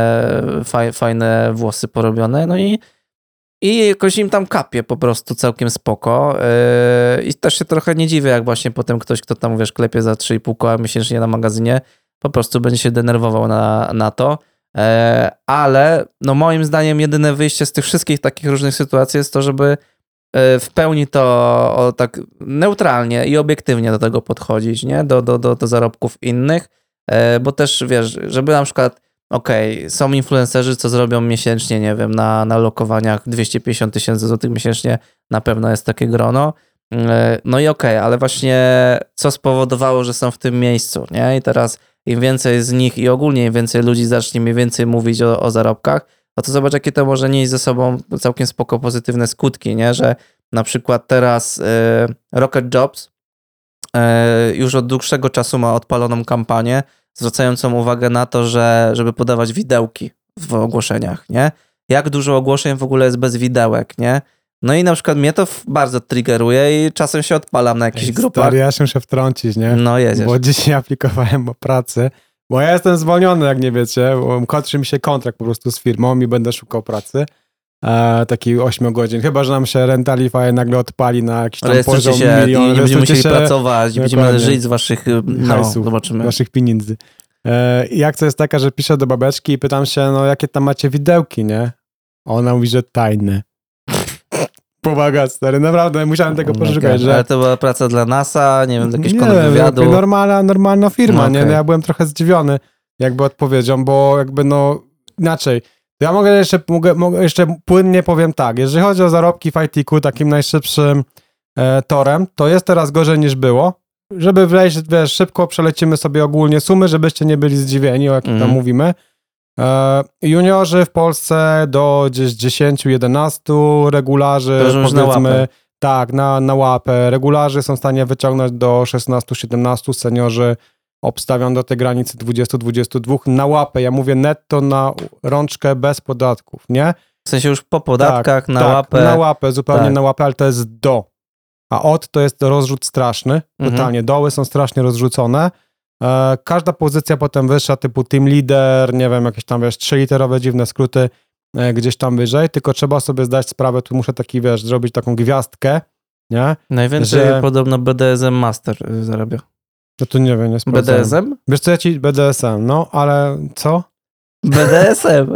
fajne włosy porobione, no i jakoś im tam kapie po prostu całkiem spoko i też się trochę nie dziwię, jak właśnie potem ktoś, kto tam, wiesz, klepie za 3,5 koła miesięcznie na magazynie, po prostu będzie się denerwował na to, ale no moim zdaniem wyjście z tych wszystkich takich różnych sytuacji jest to, żeby w pełni to tak neutralnie i obiektywnie do tego podchodzić, nie? Do zarobków innych, bo też, wiesz, żeby na przykład są influencerzy, co zrobią miesięcznie, nie wiem, na lokowaniach 250 000 złotych miesięcznie, na pewno jest takie grono. No i ale właśnie co spowodowało, że są w tym miejscu, nie? I teraz im więcej z nich i ogólnie im więcej ludzi zacznie mniej więcej mówić o zarobkach, no to zobacz, jakie to może nieść ze sobą całkiem spoko pozytywne skutki, nie? Że na przykład teraz Rocket Jobs już od dłuższego czasu ma odpaloną kampanię zwracającą uwagę na to, żeby podawać widełki w ogłoszeniach, nie? Jak dużo ogłoszeń w ogóle jest bez widełek, nie? No i na przykład mnie to bardzo triggeruje i czasem się odpalam na jakichś grupach.
Stary, ja się muszę wtrącić, nie?
No jedziesz.
Bo dzisiaj aplikowałem o pracy, bo ja jestem zwolniony, jak nie wiecie, bo kończy mi się kontrakt po prostu z firmą i będę szukał pracy. Taki 8 godzin. Chyba, że nam się Rentalify nagle odpali na jakiś tam poziom milion.
Nie będziemy musieli pracować, nie będziemy żyć z waszych hajsów,
zobaczymy. Waszych pieniędzy. I akcja jest taka, że piszę do babeczki i pytam się, no jakie tam macie widełki, nie? A ona mówi, że tajne. Powaga, stary, naprawdę musiałem tego poszukać.
Ale to była praca dla NASA, nie wiem, jakiegoś kontrwywiadu.
Normalna firma, nie? No ja byłem trochę zdziwiony jakby odpowiedzią, bo jakby no inaczej. Ja mogę jeszcze płynnie powiem tak, jeżeli chodzi o zarobki w IT-ku, takim najszybszym torem, to jest teraz gorzej niż było. Żeby wejść, wiesz, szybko przelecimy sobie ogólnie sumy, żebyście nie byli zdziwieni, o jakim tam mówimy. Juniorzy w Polsce do gdzieś 10-11, regularzy powiedzmy, tak, na łapę. Regularzy są w stanie wyciągnąć do 16-17, seniorzy obstawiam do tej granicy 20-22 na łapę. Ja mówię netto na rączkę bez podatków, nie?
W sensie już po podatkach, na łapę.
Na łapę, zupełnie na łapę, ale to jest do. A od to jest rozrzut straszny, totalnie. Doły są strasznie rozrzucone. Każda pozycja potem wyższa, typu team leader, nie wiem, jakieś tam, wiesz, 3-literowe dziwne skróty gdzieś tam wyżej, tylko trzeba sobie zdać sprawę, tu muszę taki, wiesz, zrobić taką gwiazdkę, nie?
Najwięcej podobno BDSM Master zarabia.
No to nie wiem, nie sprawdzałem.
BDSM?
Wiesz co, BDSM, no, ale co?
BDSM?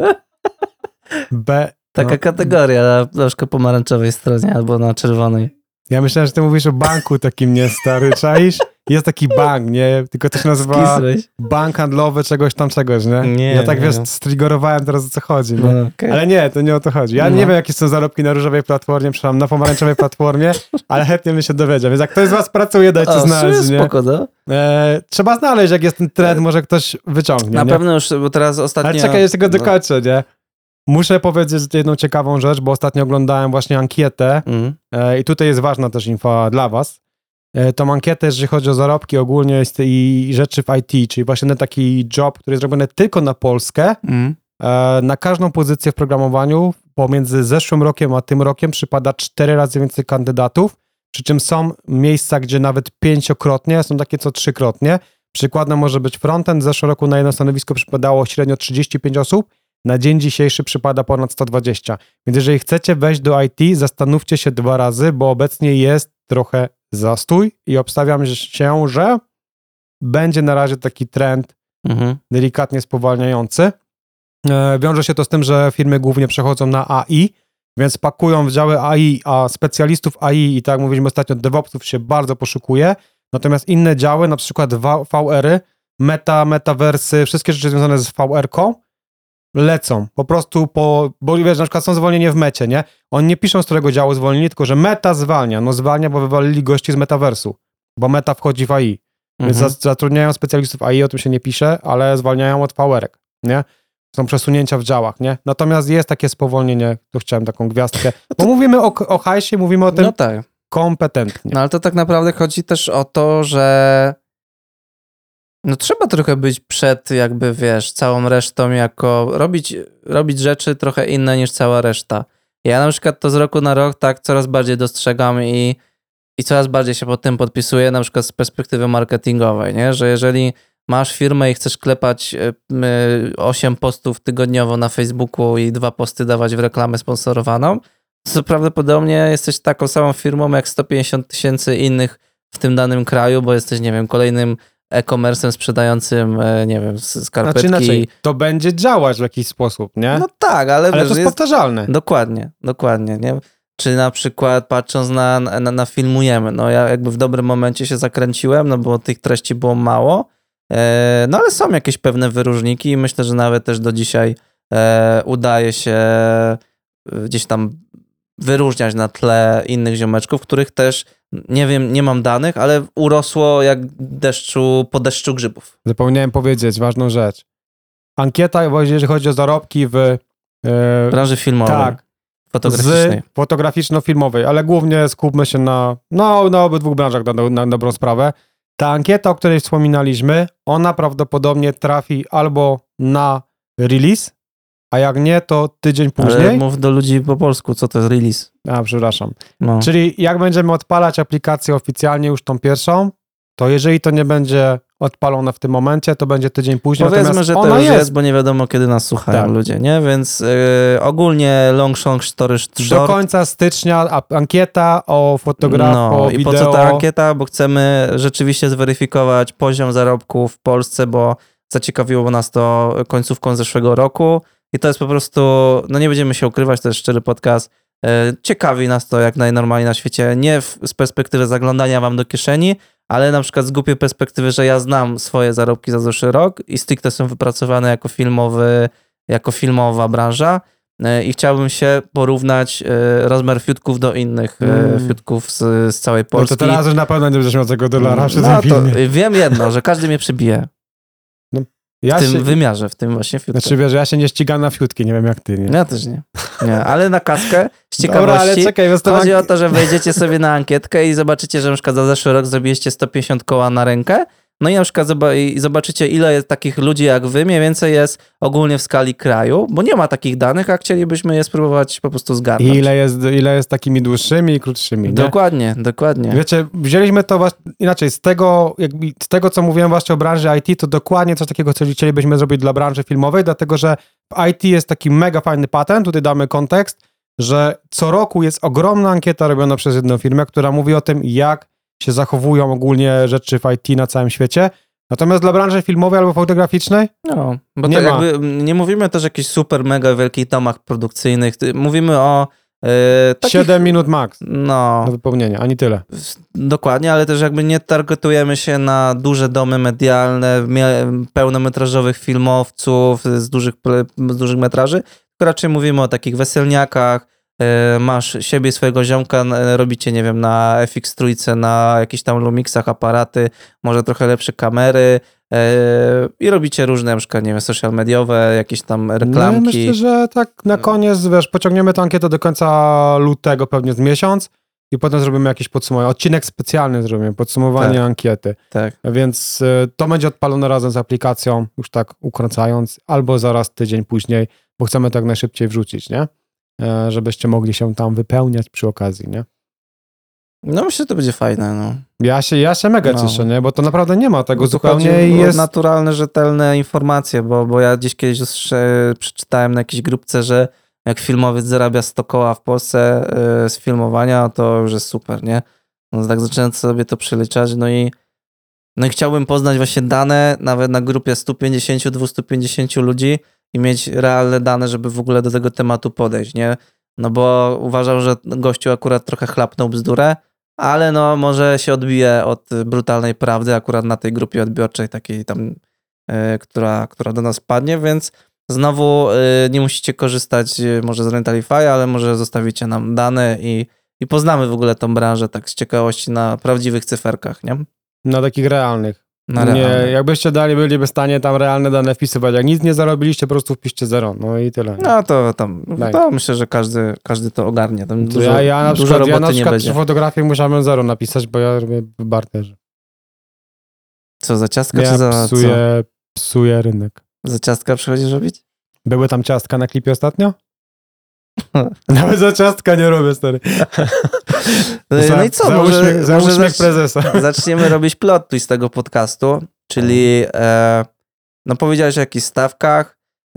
Taka kategoria na przykład pomarańczowej stronie albo na czerwonej.
Ja myślałem, że ty mówisz o banku takim, nie, stary, czaisz? Jest taki bank, nie? Tylko to się nazywa bank handlowy czegoś, nie? Ja tak, wiesz, striggerowałem teraz, o co chodzi, nie? No, okay. Ale nie, to nie o to chodzi. Ja nie wiem, jakie są zarobki na różowej platformie, przepraszam, na pomarańczowej platformie, ale chętnie bym się dowiedział. Więc jak ktoś z was pracuje, dajcie znać, nie?
Spoko, no?
Trzeba znaleźć, jak jest ten trend, może ktoś wyciągnie,
na pewno już, bo teraz ostatnio...
Ale czekaj, jeszcze go dokończę, nie? Muszę powiedzieć jedną ciekawą rzecz, bo ostatnio oglądałem właśnie ankietę i tutaj jest ważna też info dla was. Tą ankietę, jeżeli chodzi o zarobki ogólnie i rzeczy w IT, czyli właśnie taki job, który jest robiony tylko na Polskę, na każdą pozycję w programowaniu pomiędzy zeszłym rokiem a tym rokiem przypada 4 razy więcej kandydatów, przy czym są miejsca, gdzie nawet 5-krotnie, są takie co 3-krotnie. Przykładem może być frontend. Zeszłego roku na jedno stanowisko przypadało średnio 35 osób, na dzień dzisiejszy przypada ponad 120. Więc jeżeli chcecie wejść do IT, zastanówcie się 2 razy, bo obecnie jest trochę zastój i obstawiam się, że będzie na razie taki trend delikatnie spowalniający. Wiąże się to z tym, że firmy głównie przechodzą na AI, więc pakują w działy AI, a specjalistów AI i tak jak mówiliśmy ostatnio, DevOpsów się bardzo poszukuje, natomiast inne działy, na przykład VR-y, metawersy, wszystkie rzeczy związane z VR-ką lecą. Po prostu bo wiesz, na przykład są zwolnienie w mecie, nie? Oni nie piszą, z którego działu zwolnili, tylko że meta zwalnia. No zwalnia, bo wywalili gości z metaversu, bo meta wchodzi w AI. Więc zatrudniają specjalistów AI, o tym się nie pisze, ale zwalniają od VR-ek, nie? Są przesunięcia w działach, nie? Natomiast jest takie spowolnienie, to chciałem taką gwiazdkę, bo mówimy o hajsie, mówimy o tym kompetentnie.
No ale to tak naprawdę chodzi też o to, że no trzeba trochę być przed jakby, wiesz, całą resztą jako robić rzeczy trochę inne niż cała reszta. Ja na przykład to z roku na rok tak coraz bardziej dostrzegam i coraz bardziej się pod tym podpisuję, na przykład z perspektywy marketingowej, nie? Że jeżeli masz firmę i chcesz klepać 8 postów tygodniowo na Facebooku i 2 posty dawać w reklamę sponsorowaną, to prawdopodobnie jesteś taką samą firmą jak 150 000 innych w tym danym kraju, bo jesteś, nie wiem, kolejnym e-commerce'em sprzedającym, nie wiem, skarpetki.
Znaczy inaczej, to będzie działać w jakiś sposób, nie?
No tak, ale
wiesz, to jest powtarzalne.
Dokładnie, nie? Czy na przykład patrząc na Filmujemy, no ja jakby w dobrym momencie się zakręciłem, no bo tych treści było mało, no ale są jakieś pewne wyróżniki i myślę, że nawet też do dzisiaj udaje się gdzieś tam wyróżniać na tle innych ziomeczków, których też, nie wiem, nie mam danych, ale urosło jak po deszczu grzybów.
Zapomniałem powiedzieć ważną rzecz. Ankieta, jeżeli chodzi o zarobki w
branży filmowej.
Tak. Fotograficzno-filmowej, ale głównie skupmy się na obydwu branżach na dobrą sprawę. Ta ankieta, o której wspominaliśmy, ona prawdopodobnie trafi albo na release, a jak nie, to tydzień później.
Ale mów do ludzi po polsku, co to jest release.
A, przepraszam. No. Czyli jak będziemy odpalać aplikację oficjalnie już tą pierwszą, to jeżeli to nie będzie odpalone w tym momencie, to będzie tydzień później.
Powiedzmy, że to już jest, bo nie wiadomo, kiedy nas słuchają ludzie, nie? Więc ogólnie long story short.
Do końca stycznia ankieta o o
i
wideo.
Po co ta ankieta? Bo chcemy rzeczywiście zweryfikować poziom zarobków w Polsce, bo zaciekawiło nas to końcówką zeszłego roku i to jest po prostu, no nie będziemy się ukrywać, to jest szczery podcast. Ciekawi nas to jak najnormalniej na świecie, nie z perspektywy zaglądania wam do kieszeni, ale na przykład z głupiej perspektywy, że ja znam swoje zarobki za zeszły rok i stricte są wypracowane jako filmowa branża i chciałbym się porównać rozmiar fiutków do innych fiutków z całej Polski.
No to teraz już na pewno nie będziesz miał tego dolara przy tym filmie.
Wiem jedno, że każdy mnie przybije. W tym wymiarze, w tym właśnie fiutku.
Znaczy wiesz, ja się nie ścigam na fiutki, nie wiem jak ty. Nie?
Ja też nie. Ale na kaskę z ciekawości.
Dobra, ale czekaj,
chodzi o to, że wejdziecie sobie na ankietkę i zobaczycie, że na przykład za zeszły rok zrobiliście 150 koła na rękę, no i na przykład zobaczycie, ile jest takich ludzi jak wy, mniej więcej jest ogólnie w skali kraju, bo nie ma takich danych, a chcielibyśmy je spróbować po prostu zgarnąć.
I ile jest takimi dłuższymi i krótszymi, nie?
Dokładnie.
Wiecie, wzięliśmy to inaczej, z tego, co mówiłem właśnie o branży IT, to dokładnie coś takiego, co chcielibyśmy zrobić dla branży filmowej, dlatego że w IT jest taki mega fajny patent, tutaj damy kontekst, że co roku jest ogromna ankieta robiona przez jedną firmę, która mówi o tym, jak się zachowują ogólnie rzeczy w IT na całym świecie. Natomiast dla branży filmowej albo fotograficznej
no, bo nie to jakby nie mówimy też o jakichś super mega wielkich domach produkcyjnych. Mówimy o takich,
7 minut max
do
wypełnienia, ani tyle.
Dokładnie, ale też jakby nie targetujemy się na duże domy medialne, pełnometrażowych filmowców z dużych metraży, tylko raczej mówimy o takich weselniakach. Masz siebie, swojego ziomka, robicie, nie wiem, na FX3, na jakichś tam Lumixach aparaty, może trochę lepsze kamery i robicie różne, na przykład, nie wiem, social mediowe, jakieś tam reklamki.
No, myślę, że tak na koniec, wiesz, pociągniemy tę ankietę do końca lutego, pewnie z miesiąc i potem zrobimy jakieś podsumowanie. Odcinek specjalny zrobimy, podsumowanie ankiety.
Tak.
Więc to będzie odpalone razem z aplikacją, już tak ukręcając, albo zaraz tydzień później, bo chcemy to jak najszybciej wrzucić, nie? Żebyście mogli się tam wypełniać przy okazji, nie?
No myślę, że to będzie fajne, no.
Ja się mega cieszę, nie? Bo to naprawdę nie ma tego zupełnie
i jest naturalne, rzetelne informacje, bo ja gdzieś kiedyś przeczytałem na jakiejś grupce, że jak filmowiec zarabia 100 koła w Polsce z filmowania, to już jest super, nie? No tak zacząłem sobie to przeliczać, no i chciałbym poznać właśnie dane nawet na grupie 150-250 ludzi i mieć realne dane, żeby w ogóle do tego tematu podejść, nie? No bo uważam, że gościu akurat trochę chlapnął bzdurę, ale no może się odbije od brutalnej prawdy akurat na tej grupie odbiorczej takiej tam, która do nas padnie, więc znowu nie musicie korzystać może z Rentalify, ale może zostawicie nam dane i poznamy w ogóle tą branżę tak z ciekawości na prawdziwych cyferkach, nie?
Na takich realnych.
Na
nie,
realnych.
jakbyście byliby w stanie tam realne dane wpisywać. Jak nic nie zarobiliście, po prostu wpiszcie 0. No i tyle.
No to tam, to myślę, że każdy to ogarnie. Tam dużo,
ja na
dużo roboty nie
przykład
będzie.
przy fotografii musiałem 0 napisać, bo ja robię w barterze.
Co, za ciastka czy za
psuję rynek.
Za ciastka przychodzisz robić?
Były tam ciastka na klipie ostatnio? Nawet za ciastka nie robię, stary.
No i co?
Za uśmiech prezesa.
Zaczniemy robić plot twist z tego podcastu, czyli no powiedziałeś o jakichś stawkach,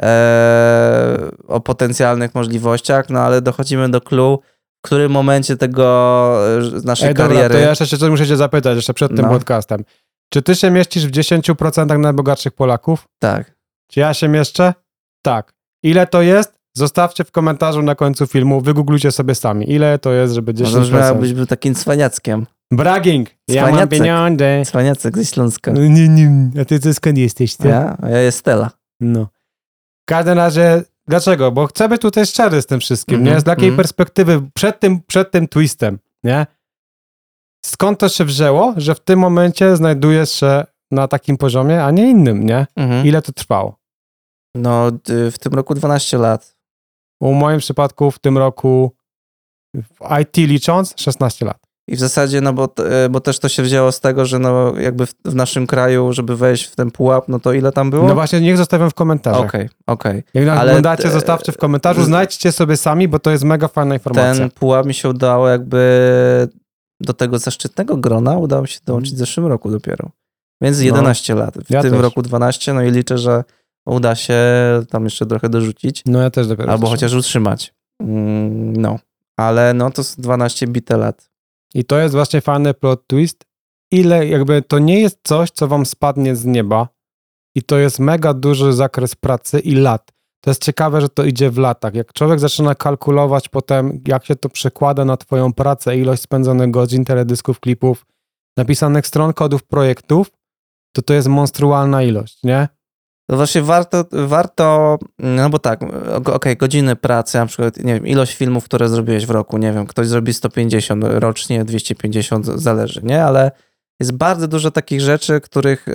o potencjalnych możliwościach, no ale dochodzimy do clue, w którym momencie tego naszej kariery...
Dobra, to ja jeszcze coś muszę cię zapytać, jeszcze przed tym podcastem. Czy ty się mieścisz w 10% najbogatszych Polaków?
Tak.
Czy ja się mieszczę? Tak. Ile to jest? Zostawcie w komentarzu na końcu filmu, wygooglujcie sobie sami. Ile to jest, żeby 10%?
Może byś był takim cwaniackiem.
Bragging! Ja mam pieniądze.
Cwaniacek ze Śląska.
Nie. A ty skąd jesteś? Ty?
Ja jest Stella.
No. W każdym razie, dlaczego? Bo chcę być tutaj szczery z tym wszystkim, nie? Z takiej perspektywy, przed tym twistem, nie? Skąd to się wzięło, że w tym momencie znajdujesz się na takim poziomie, a nie innym, nie? Ile to trwało?
No, w tym roku 12 lat.
W moim przypadku w tym roku w IT licząc 16 lat.
I w zasadzie, no bo też to się wzięło z tego, że no jakby w naszym kraju, żeby wejść w ten pułap, no to ile tam było?
No właśnie, niech zostawiam w komentarzach.
Okej.
Jak oglądacie, zostawcie w komentarzu, znajdźcie sobie sami, bo to jest mega fajna informacja.
Ten pułap mi się udało jakby do tego zaszczytnego grona udało mi się dołączyć w zeszłym roku dopiero. Więc 11 lat. W tym roku 12, no i liczę, że uda się tam jeszcze trochę dorzucić.
No ja też dopiero.
Albo chociaż utrzymać. No. Ale no to jest 12 bite lat.
I to jest właśnie fajny plot twist. Ile jakby to nie jest coś, co wam spadnie z nieba i to jest mega duży zakres pracy i lat. To jest ciekawe, że to idzie w latach. Jak człowiek zaczyna kalkulować potem, jak się to przekłada na twoją pracę, ilość spędzonych godzin, teledysków, klipów, napisanych stron kodów projektów, to jest monstrualna ilość, nie?
No właśnie warto, no bo tak, godziny pracy, na przykład, nie wiem, ilość filmów, które zrobiłeś w roku, nie wiem, ktoś zrobi 150 rocznie, 250, zależy, nie? Ale jest bardzo dużo takich rzeczy, których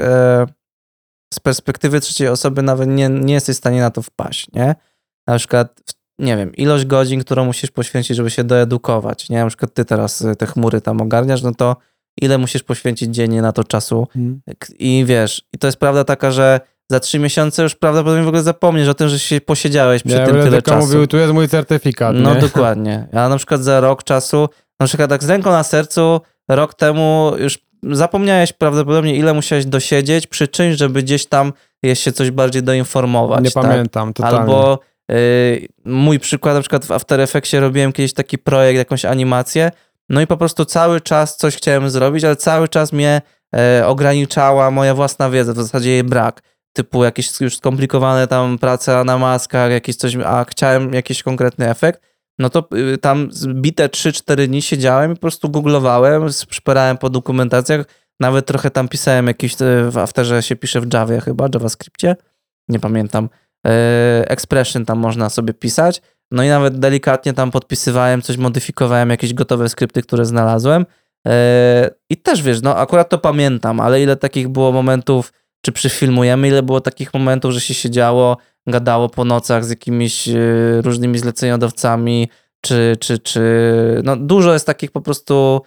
z perspektywy trzeciej osoby nawet nie jesteś w stanie na to wpaść, nie? Na przykład, nie wiem, ilość godzin, którą musisz poświęcić, żeby się doedukować, nie? Na przykład ty teraz te chmury tam ogarniasz, no to ile musisz poświęcić dziennie na to czasu i wiesz, i to jest prawda taka, że za 3 miesiące już prawdopodobnie w ogóle zapomnisz o tym, że się posiedziałeś przy tym tyle czasu.
Mówił, tu jest mój certyfikat.
No dokładnie. Ja na przykład za rok czasu, na przykład tak z ręką na sercu, rok temu już zapomniałeś prawdopodobnie, ile musiałeś dosiedzieć przy czymś, żeby gdzieś tam się coś bardziej doinformować.
Nie pamiętam, totalnie.
Albo mój przykład, na przykład w After Effectsie robiłem kiedyś taki projekt, jakąś animację, no i po prostu cały czas coś chciałem zrobić, ale cały czas mnie ograniczała moja własna wiedza, w zasadzie jej brak. Typu jakieś już skomplikowane tam prace na maskach, jakieś coś, a chciałem jakiś konkretny efekt, no to tam zbite 3-4 dni siedziałem i po prostu googlowałem, szperałem po dokumentacjach, nawet trochę tam pisałem jakiś, w Afterze się pisze w Javie chyba, JavaScriptie, nie pamiętam, expression tam można sobie pisać, no i nawet delikatnie tam podpisywałem, coś modyfikowałem, jakieś gotowe skrypty, które znalazłem i też wiesz, no akurat to pamiętam, ale ile takich było momentów, czy przyfilmujemy, ile było takich momentów, że się siedziało, gadało po nocach z jakimiś różnymi zleceniodawcami, czy no dużo jest takich po prostu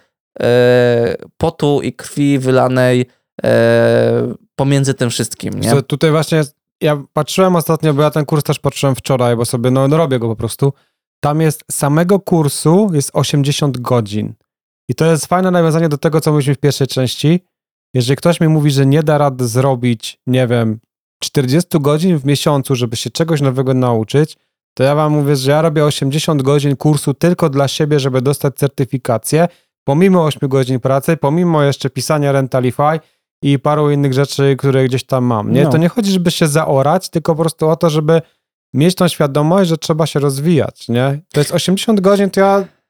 potu i krwi wylanej pomiędzy tym wszystkim, nie?
So, tutaj właśnie ja patrzyłem ostatnio, bo ja ten kurs też patrzyłem wczoraj, bo sobie no robię go po prostu. Tam jest samego kursu jest 80 godzin. I to jest fajne nawiązanie do tego, co mówiliśmy w pierwszej części. Jeżeli ktoś mi mówi, że nie da rady zrobić, nie wiem, 40 godzin w miesiącu, żeby się czegoś nowego nauczyć, to ja wam mówię, że ja robię 80 godzin kursu tylko dla siebie, żeby dostać certyfikację, pomimo 8 godzin pracy, pomimo jeszcze pisania Rentalify i paru innych rzeczy, które gdzieś tam mam. Nie? No. To nie chodzi, żeby się zaorać, tylko po prostu o to, żeby mieć tą świadomość, że trzeba się rozwijać. Nie? To jest 80 godzin, to ja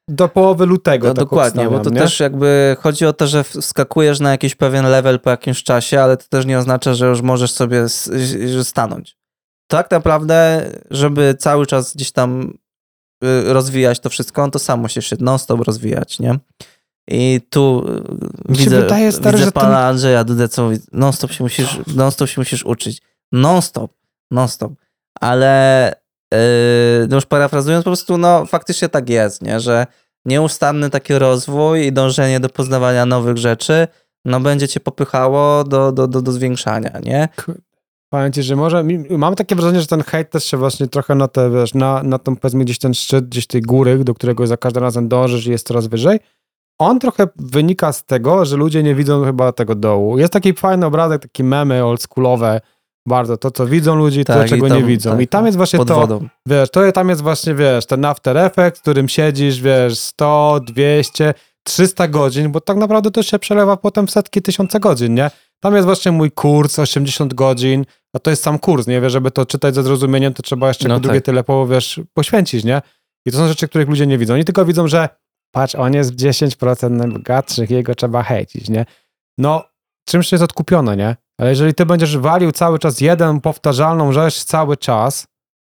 do połowy lutego.
No
tak
dokładnie, bo to
nie?
też jakby chodzi o to, że wskakujesz na jakiś pewien level po jakimś czasie, ale to też nie oznacza, że już możesz sobie stanąć. Tak naprawdę, żeby cały czas gdzieś tam rozwijać to wszystko, on to sam musisz się non-stop rozwijać, nie? I tu widzę
że
pana Andrzeja Dudę, co mówi, non-stop się musisz uczyć. Non-stop. Ale już parafrazując, po prostu no faktycznie tak jest, nie? Że nieustanny taki rozwój i dążenie do poznawania nowych rzeczy, no będzie cię popychało do zwiększania, nie?
Powiem ci, że może, mam takie wrażenie, że ten hejt też się właśnie trochę na te, wiesz, na tą powiedzmy gdzieś ten szczyt, gdzieś tej góry, do którego za każdym razem dążysz i jest coraz wyżej, on trochę wynika z tego, że ludzie nie widzą chyba tego dołu. Jest taki fajny obrazek, takie memy oldschoolowe, bardzo, to co widzą ludzie, to czego nie widzą. Tak, i tam jest właśnie to, wodą. Wiesz, tam jest właśnie, wiesz, ten After Effects, w którym siedzisz, wiesz, 100, 200, 300 godzin, bo tak naprawdę to się przelewa potem w setki, tysiące godzin, nie? Tam jest właśnie mój kurs, 80 godzin, a to jest sam kurs, nie? Wiesz, żeby to czytać ze zrozumieniem, to trzeba jeszcze drugie tyle, wiesz, poświęcić, nie? I to są rzeczy, których ludzie nie widzą. Oni tylko widzą, że patrz, on jest 10% najbogatszych, jego trzeba hejcić, nie? No, czymś jest odkupione, nie? Ale jeżeli ty będziesz walił cały czas jeden powtarzalną rzecz cały czas,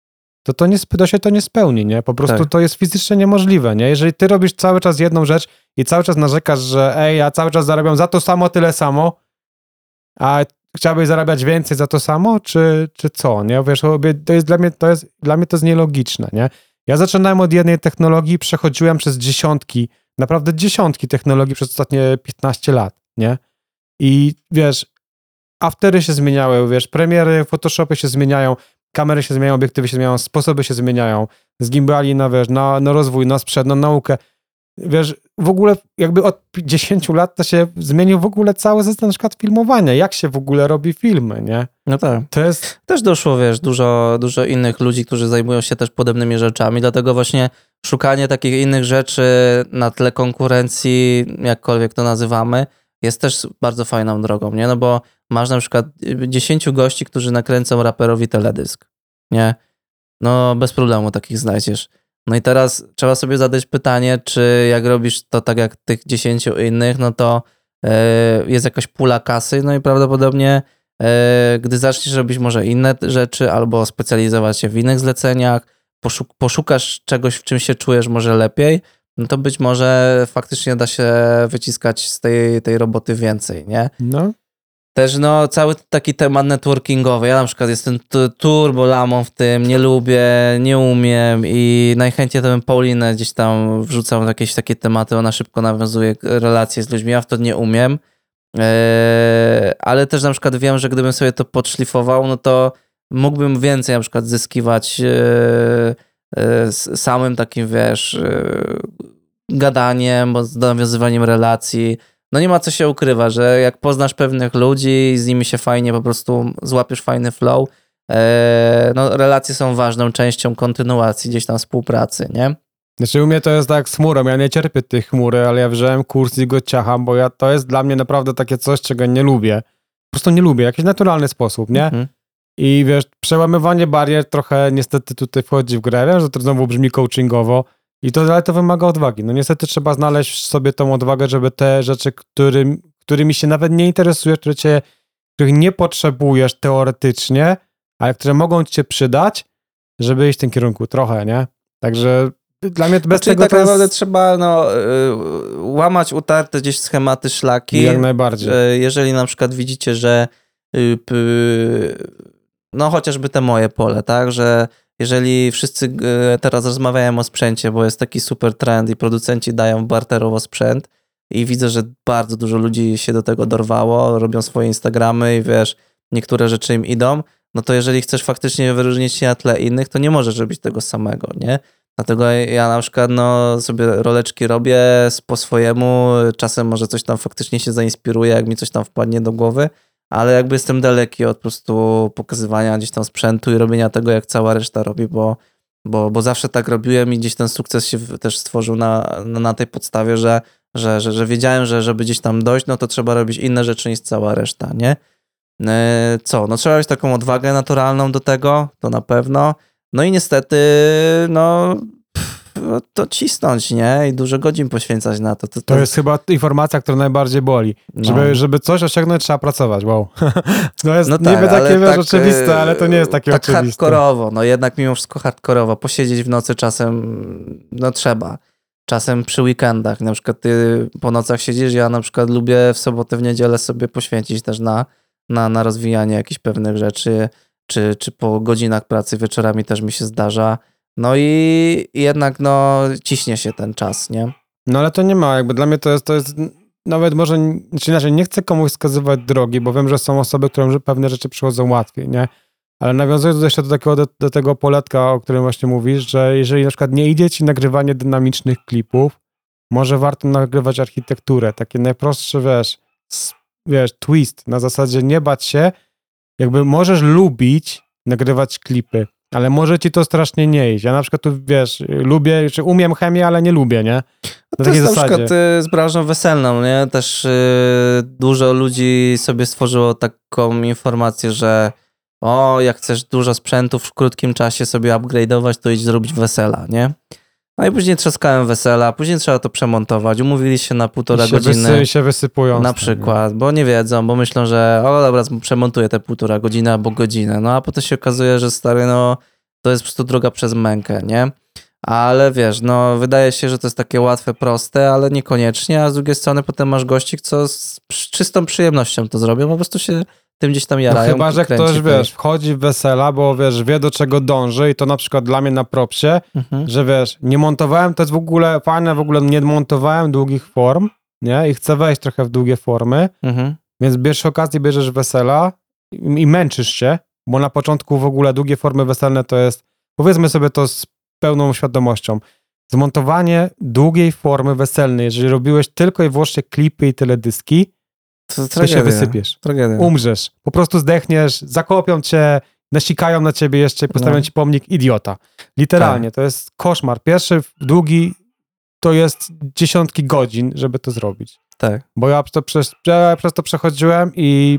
to się to nie spełni, nie? Po prostu to jest fizycznie niemożliwe, nie? Jeżeli ty robisz cały czas jedną rzecz i cały czas narzekasz, że ja cały czas zarabiam za to samo, tyle samo, a chciałbyś zarabiać więcej za to samo, czy co, nie? Wiesz, dla mnie to jest nielogiczne, nie? Ja zaczynałem od jednej technologii, przechodziłem przez naprawdę dziesiątki technologii przez ostatnie 15 lat, nie? I wiesz, aftery się zmieniały, wiesz, premiery, Photoshopy się zmieniają, kamery się zmieniają, obiektywy się zmieniają, sposoby się zmieniają, z gimbali na rozwój, na sprzęt, na naukę. Wiesz, w ogóle jakby od 10 lat to się zmienił w ogóle cały system na przykład filmowania, jak się w ogóle robi filmy, nie?
No tak.
To jest...
Też doszło, wiesz, dużo innych ludzi, którzy zajmują się też podobnymi rzeczami, dlatego właśnie szukanie takich innych rzeczy na tle konkurencji, jakkolwiek to nazywamy, jest też bardzo fajną drogą, nie? No bo masz na przykład 10 gości, którzy nakręcą raperowi teledysk, nie? No bez problemu takich znajdziesz. No i teraz trzeba sobie zadać pytanie, czy jak robisz to tak jak tych 10 innych, no to jest jakaś pula kasy, no i prawdopodobnie gdy zaczniesz robić może inne rzeczy albo specjalizować się w innych zleceniach, poszukasz czegoś, w czym się czujesz może lepiej, no to być może faktycznie da się wyciskać z tej roboty więcej, nie?
No.
Też no cały taki temat networkingowy. Ja na przykład jestem turbo lamą w tym, nie lubię, nie umiem i najchętniej to bym Paulinę gdzieś tam wrzucał w jakieś takie tematy, ona szybko nawiązuje relacje z ludźmi, ja w to nie umiem. Ale też na przykład wiem, że gdybym sobie to podszlifował, no to mógłbym więcej na przykład zyskiwać samym takim, wiesz, gadaniem, nawiązywaniem relacji. No nie ma co się ukrywa, że jak poznasz pewnych ludzi i z nimi się fajnie po prostu złapiesz fajny flow, no relacje są ważną częścią kontynuacji gdzieś tam współpracy, nie?
Znaczy u mnie to jest tak z chmurą, ja nie cierpię tych chmury, ale ja wziąłem kurs i go ciacham, bo to jest dla mnie naprawdę takie coś, czego nie lubię. Po prostu nie lubię, jakiś naturalny sposób, nie? Mhm. I wiesz, przełamywanie barier trochę niestety tutaj wchodzi w grę, wiesz, że to znowu brzmi coachingowo, ale to wymaga odwagi. No niestety trzeba znaleźć sobie tą odwagę, żeby te rzeczy, którymi się nawet nie interesujesz, których nie potrzebujesz teoretycznie, ale które mogą ci się przydać, żeby iść w tym kierunku trochę, nie? Także dla mnie bez tego
tak naprawdę trzeba łamać utarte gdzieś schematy, szlaki.
Jak najbardziej.
Jeżeli na przykład widzicie, że no chociażby te moje pole, tak, że jeżeli wszyscy teraz rozmawiają o sprzęcie, bo jest taki super trend i producenci dają barterowo sprzęt i widzę, że bardzo dużo ludzi się do tego dorwało, robią swoje Instagramy i wiesz, niektóre rzeczy im idą, no to jeżeli chcesz faktycznie wyróżnić się na tle innych, to nie możesz robić tego samego, nie? Dlatego ja na przykład sobie roleczki robię po swojemu, czasem może coś tam faktycznie się zainspiruje, jak mi coś tam wpadnie do głowy, ale jakby jestem daleki od po prostu pokazywania gdzieś tam sprzętu i robienia tego, jak cała reszta robi, bo zawsze tak robiłem i gdzieś ten sukces się też stworzył na tej podstawie, że wiedziałem, że żeby gdzieś tam dojść, no to trzeba robić inne rzeczy niż cała reszta, nie? No trzeba mieć taką odwagę naturalną do tego, to na pewno. No i niestety, to cisnąć, nie? I dużo godzin poświęcać na to.
To jest chyba informacja, która najbardziej boli.
No.
Żeby coś osiągnąć, trzeba pracować. Wow. To jest
No
niby
tak,
takie, wiesz,
tak,
oczywiste, ale to nie jest takie
tak
oczywiste.
hardkorowo, no jednak mimo wszystko hardkorowo. Posiedzieć w nocy czasem, no trzeba. Czasem przy weekendach, na przykład ty po nocach siedzisz, ja na przykład lubię w sobotę, w niedzielę sobie poświęcić też na rozwijanie jakichś pewnych rzeczy, czy po godzinach pracy wieczorami też mi się zdarza. No i jednak no ciśnie się ten czas, nie?
No ale to nie ma, jakby dla mnie to jest nawet może, czy inaczej, nie chcę komuś wskazywać drogi, bo wiem, że są osoby, którym pewne rzeczy przychodzą łatwiej, nie? Ale nawiązując jeszcze do tego poletka, o którym właśnie mówisz, że jeżeli na przykład nie idzie ci nagrywanie dynamicznych klipów, może warto nagrywać architekturę, takie najprostsze, wiesz, twist, na zasadzie nie bać się, jakby możesz lubić nagrywać klipy, ale może ci to strasznie nie iść. Ja na przykład tu, wiesz, lubię, czy umiem chemię, ale nie lubię, nie?
To jest na przykład z branżą weselną, nie? Też dużo ludzi sobie stworzyło taką informację, że jak chcesz dużo sprzętu w krótkim czasie sobie upgrade'ować, to idź zrobić wesela, nie? No i później trzaskałem wesela, później trzeba to przemontować, umówili się na 1,5 godziny.
I się wysypują.
Na przykład, bo nie wiedzą, bo myślą, że dobra, przemontuję te 1,5 godziny albo godzinę, no a potem się okazuje, że stary, no to jest po prostu droga przez mękę, nie? Ale wiesz, no wydaje się, że to jest takie łatwe, proste, ale niekoniecznie, a z drugiej strony potem masz gości, co z czystą przyjemnością to zrobią, po prostu się tym gdzieś tam jarają.
No chyba, że ktoś, wiesz, wchodzi w wesela, bo wiesz, wie do czego dąży i to na przykład dla mnie na propsie, że wiesz, nie montowałem, to jest w ogóle fajne, w ogóle nie montowałem długich form, nie? I chcę wejść trochę w długie formy, więc bierzesz okazję, bierzesz wesela i męczysz się, bo na początku w ogóle długie formy weselne to jest, powiedzmy sobie to z pełną świadomością, zmontowanie długiej formy weselnej, jeżeli robiłeś tylko i wyłącznie klipy i teledyski, to się wysypiesz.
Tragedia.
Umrzesz. Po prostu zdechniesz, zakopią cię, nasikają na ciebie jeszcze i postawią ci pomnik idiota. Literalnie, to jest koszmar. Pierwszy długi to jest dziesiątki godzin, żeby to zrobić.
Tak.
Bo ja przez to przechodziłem i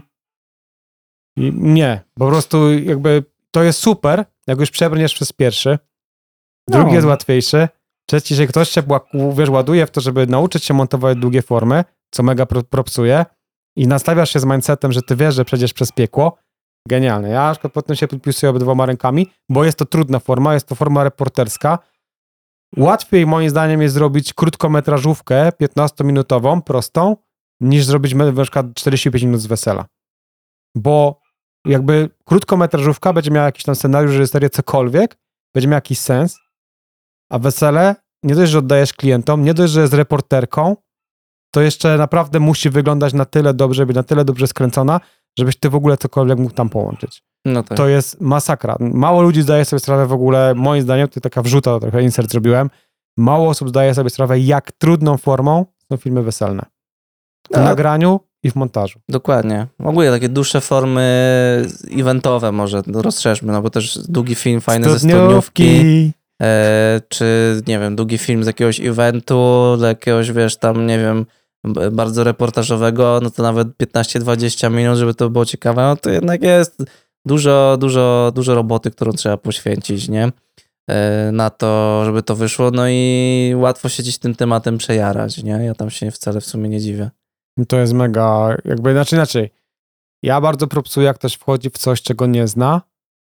nie. Po prostu jakby to jest super, jak już przebrniesz przez pierwszy. Drugi jest łatwiejszy. Trzeci, że ktoś cię ładuje w to, żeby nauczyć się montować długie formy, co mega propsuje, i nastawiasz się z mindsetem, że ty wiesz, że przejdziesz przez piekło. Genialne. Ja na przykład potem się podpisuję obydwoma rękami, bo jest to trudna forma, jest to forma reporterska. Łatwiej moim zdaniem jest zrobić krótkometrażówkę 15-minutową, prostą, niż zrobić na przykład 45 minut z wesela. Bo jakby krótkometrażówka będzie miała jakiś tam scenariusz, reżyserię, cokolwiek, będzie miał jakiś sens, a wesele nie dość, że oddajesz klientom, nie dość, że jest reporterką, to jeszcze naprawdę musi wyglądać na tyle dobrze, być na tyle dobrze skręcona, żebyś ty w ogóle cokolwiek mógł tam połączyć.
No tak.
To jest masakra. Mało ludzi zdaje sobie sprawę w ogóle, moim zdaniem, to taka wrzuta, trochę insert zrobiłem, mało osób zdaje sobie sprawę, jak trudną formą są filmy weselne. W nagraniu i w montażu.
Dokładnie. Ogólnie takie dłuższe formy eventowe może rozszerzmy, no bo też długi film fajny ze studniówki. Czy, nie wiem, długi film z jakiegoś eventu, do jakiegoś, wiesz, tam, nie wiem, bardzo reportażowego, no to nawet 15-20 minut, żeby to było ciekawe, no to jednak jest dużo roboty, którą trzeba poświęcić, nie? Na to, żeby to wyszło, no i łatwo się gdzieś tym tematem przejarać, nie? Ja tam się wcale w sumie nie dziwię.
To jest mega, jakby inaczej. Ja bardzo propsuję, jak ktoś wchodzi w coś, czego nie zna.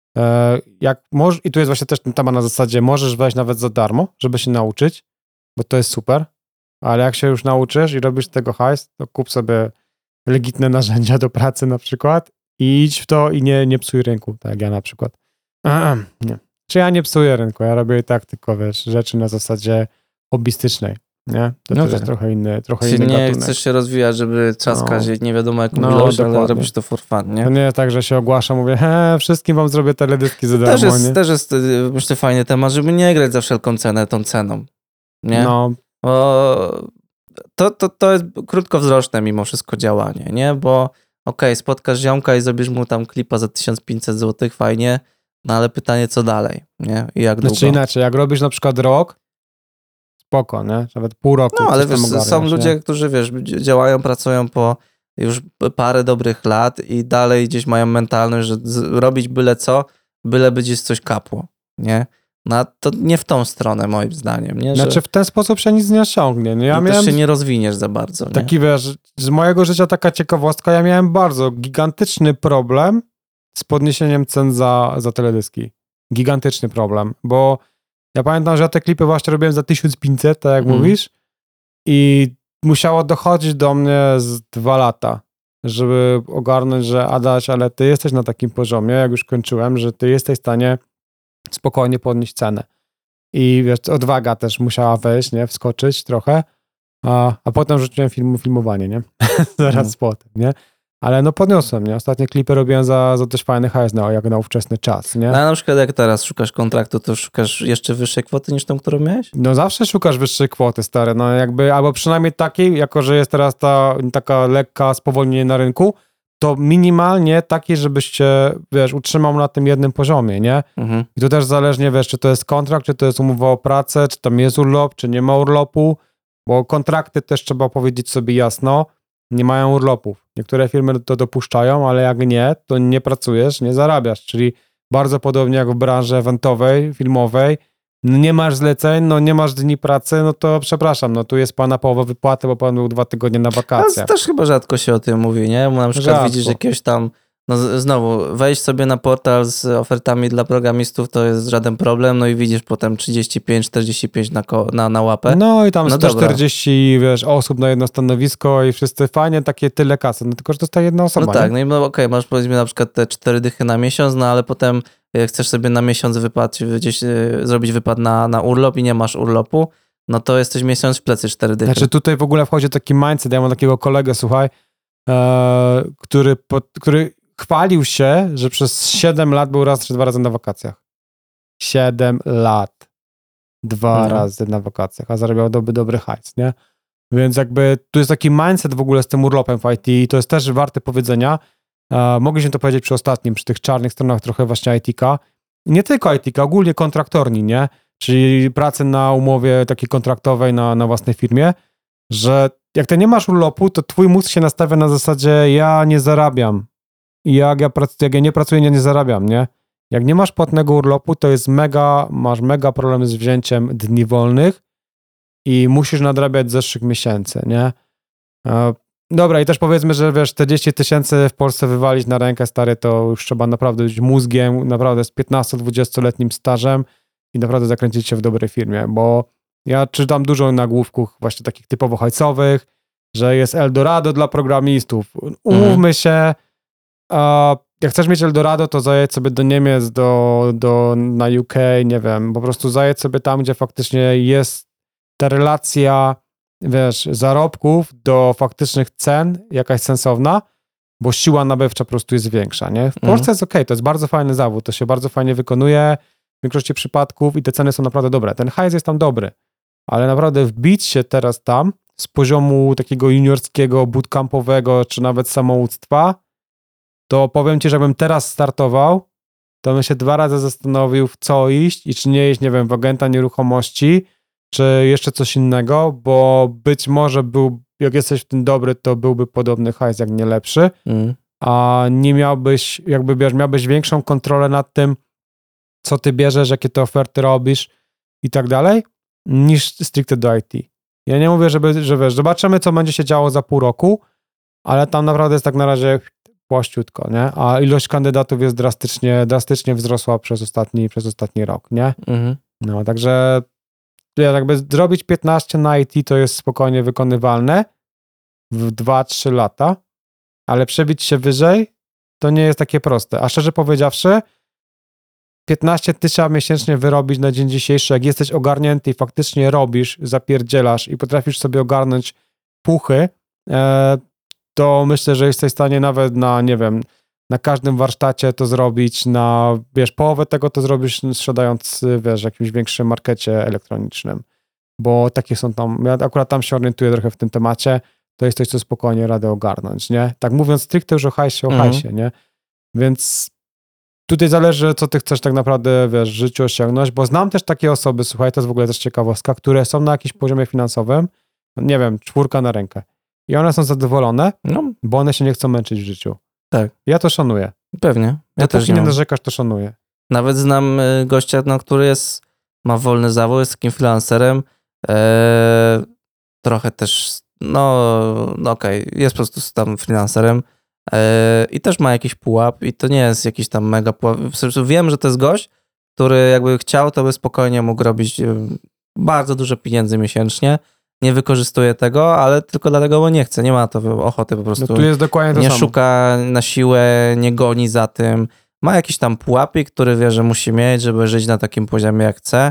I tu jest właśnie też ten temat na zasadzie, możesz wejść nawet za darmo, żeby się nauczyć, bo to jest super, ale jak się już nauczysz i robisz z tego hajs, to kup sobie legitne narzędzia do pracy na przykład i idź w to i nie psuj rynku, tak jak ja na przykład. Nie. Czy ja nie psuję rynku, ja robię i tak tylko, wiesz, rzeczy na zasadzie hobbystycznej, nie? To też jest trochę inny
nie gatunek. Chcesz się rozwijać, żeby trzaskać nie wiadomo jaką ilość, ale robisz to for fun, nie?
To nie tak, że się ogłaszam, mówię, wszystkim wam zrobię teledyski za darmo, nie?
Też jest, myślę, fajny temat, żeby nie grać za wszelką cenę tą ceną, nie?
No.
To jest krótkowzroczne mimo wszystko działanie, nie? Bo spotkasz ziomka i zrobisz mu tam klipa za 1500 zł, fajnie, no ale pytanie, co dalej, nie? I jak długo?
Znaczy inaczej, jak robisz na przykład rok, spoko, nie? Nawet pół roku.
No, ale wiesz, są ludzie, którzy, wiesz, działają, pracują po już parę dobrych lat i dalej gdzieś mają mentalność, że robić byle co, byle by gdzieś coś kapło, nie? No to nie w tą stronę moim zdaniem, nie? Że
Znaczy w ten sposób się nic nie osiągnie. No ja
też
miałem
się nie rozwiniesz za bardzo, nie?
taki, wiesz, z mojego życia taka ciekawostka, ja miałem bardzo gigantyczny problem z podniesieniem cen za teledyski. Gigantyczny problem, bo ja pamiętam, że ja te klipy właśnie robiłem za 1500, tak jak mówisz, i musiało dochodzić do mnie z 2 lata, żeby ogarnąć, że Adaś, ale ty jesteś na takim poziomie, jak już kończyłem, że ty jesteś w stanie spokojnie podnieść cenę. I wiesz, odwaga też musiała wejść, nie? Wskoczyć trochę, a potem rzuciłem filmowanie, nie? Zaraz potem, nie? Ale no podniosłem, nie? Ostatnie klipy robiłem za dość fajny hajs, jak na ówczesny czas, nie?
No, a na przykład jak teraz szukasz kontraktu, to szukasz jeszcze wyższej kwoty niż tą, którą miałeś?
No zawsze szukasz wyższej kwoty, stary, no jakby, albo przynajmniej takiej, jako że jest teraz taka lekka spowolnienie na rynku, to minimalnie takiej, żebyś się, wiesz, utrzymał na tym jednym poziomie, nie? I to też zależnie, wiesz, czy to jest kontrakt, czy to jest umowa o pracę, czy tam jest urlop, czy nie ma urlopu, bo kontrakty też trzeba powiedzieć sobie jasno, nie mają urlopów. Niektóre firmy to dopuszczają, ale jak nie, to nie pracujesz, nie zarabiasz, czyli bardzo podobnie jak w branży eventowej, filmowej, no nie masz zleceń, no nie masz dni pracy, no to przepraszam, no tu jest pana połowa wypłaty, bo pan był 2 tygodnie na wakacjach.
Ale też chyba rzadko się o tym mówi, nie? Bo na przykład widzisz jakiegoś tam, no znowu, wejść sobie na portal z ofertami dla programistów to jest żaden problem, no i widzisz potem 35-45 na łapę.
No i tam 140, wiesz, osób na jedno stanowisko i wszyscy fajnie, tyle kasy, no tylko, że dostaje jedna osoba.
No tak, no i okej, masz powiedzmy na przykład te 4 dychy na miesiąc, no ale potem chcesz sobie na miesiąc gdzieś zrobić wypad na urlop i nie masz urlopu, no to jesteś miesiąc w plecy 4 dychy.
Znaczy tutaj w ogóle wchodzi taki mindset, ja mam takiego kolegę, słuchaj, który chwalił się, że przez 7 lat był raz czy 2 razy na wakacjach. 7 lat. 2 razy na wakacjach, a zarabiał dobry hajs, nie? Więc jakby tu jest taki mindset w ogóle z tym urlopem w IT i to jest też warte powiedzenia. Mogliśmy to powiedzieć przy ostatnim, przy tych czarnych stronach trochę właśnie IT-ka. Nie tylko IT-ka, ogólnie kontraktorni, nie? Czyli pracy na umowie takiej kontraktowej na własnej firmie, że jak ty nie masz urlopu, to twój mózg się nastawia na zasadzie ja nie zarabiam. I jak ja nie pracuję, nie zarabiam, nie? Jak nie masz płatnego urlopu, to jest masz mega problem z wzięciem dni wolnych i musisz nadrabiać z zeszłych miesięcy, nie? Dobra, i też powiedzmy, że wiesz, 40 000 w Polsce wywalić na rękę, stary, to już trzeba naprawdę być mózgiem, naprawdę z 15-20-letnim stażem i naprawdę zakręcić się w dobrej firmie, bo ja czytam dużo nagłówków właśnie takich typowo hajcowych, że jest Eldorado dla programistów. Umówmy się, jak chcesz mieć Eldorado, to zajedź sobie do Niemiec, na UK, nie wiem, po prostu zajedź sobie tam, gdzie faktycznie jest ta relacja, wiesz, zarobków do faktycznych cen jakaś sensowna, bo siła nabywcza po prostu jest większa, nie? W Polsce jest okej, to jest bardzo fajny zawód, to się bardzo fajnie wykonuje w większości przypadków i te ceny są naprawdę dobre. Ten hajs jest tam dobry, ale naprawdę wbić się teraz tam z poziomu takiego juniorskiego, bootcampowego, czy nawet samouctwa, to powiem ci, że jakbym teraz startował, to bym się 2 razy zastanowił, w co iść i czy nie iść, nie wiem, w agenta nieruchomości, czy jeszcze coś innego, bo być może jak jesteś w tym dobry, to byłby podobny hajs, jak nie lepszy, a nie miałbyś, miałbyś większą kontrolę nad tym, co ty bierzesz, jakie te oferty robisz i tak dalej, niż stricte do IT. Ja nie mówię, że wiesz, zobaczymy, co będzie się działo za pół roku, ale tam naprawdę jest tak na razie płaściutko, nie? A ilość kandydatów jest drastycznie wzrosła przez ostatni rok, nie? No, także jakby zrobić 15 na IT to jest spokojnie wykonywalne w 2-3 lata, ale przebić się wyżej to nie jest takie proste. A szczerze powiedziawszy, 15 000 miesięcznie wyrobić na dzień dzisiejszy, jak jesteś ogarnięty i faktycznie robisz, zapierdzielasz i potrafisz sobie ogarnąć puchy, to myślę, że jesteś w stanie nawet nie wiem, na każdym warsztacie to zrobić, połowę tego to zrobisz sprzedając, jakimś większym markecie elektronicznym, bo takie są tam, ja akurat tam się orientuję trochę w tym temacie, to jest coś, co spokojnie radę ogarnąć, nie? Tak mówiąc stricte już o hajsie, nie? Więc tutaj zależy, co ty chcesz tak naprawdę, w życiu osiągnąć, bo znam też takie osoby, słuchaj, to jest w ogóle też ciekawostka, które są na jakimś poziomie finansowym, nie wiem, 4 na rękę. I one są zadowolone, bo one się nie chcą męczyć w życiu.
Tak.
Ja to szanuję.
Pewnie. Ja też
nie narzekasz, to szanuję.
Nawet znam gościa, który jest ma wolny zawód, jest takim freelancerem, trochę też, okej, jest po prostu tam freelancerem i też ma jakiś pułap i to nie jest jakiś tam mega pułap. W sensie wiem, że to jest gość, który jakby chciał, to by spokojnie mógł robić bardzo dużo pieniędzy miesięcznie. Nie wykorzystuje tego, ale tylko dlatego, bo nie chce. Nie ma to ochoty po prostu.
No tu jest dokładnie to
nie
samo.
Szuka na siłę, nie goni za tym. Ma jakiś tam pułapik, który wie, że musi mieć, żeby żyć na takim poziomie, jak chce.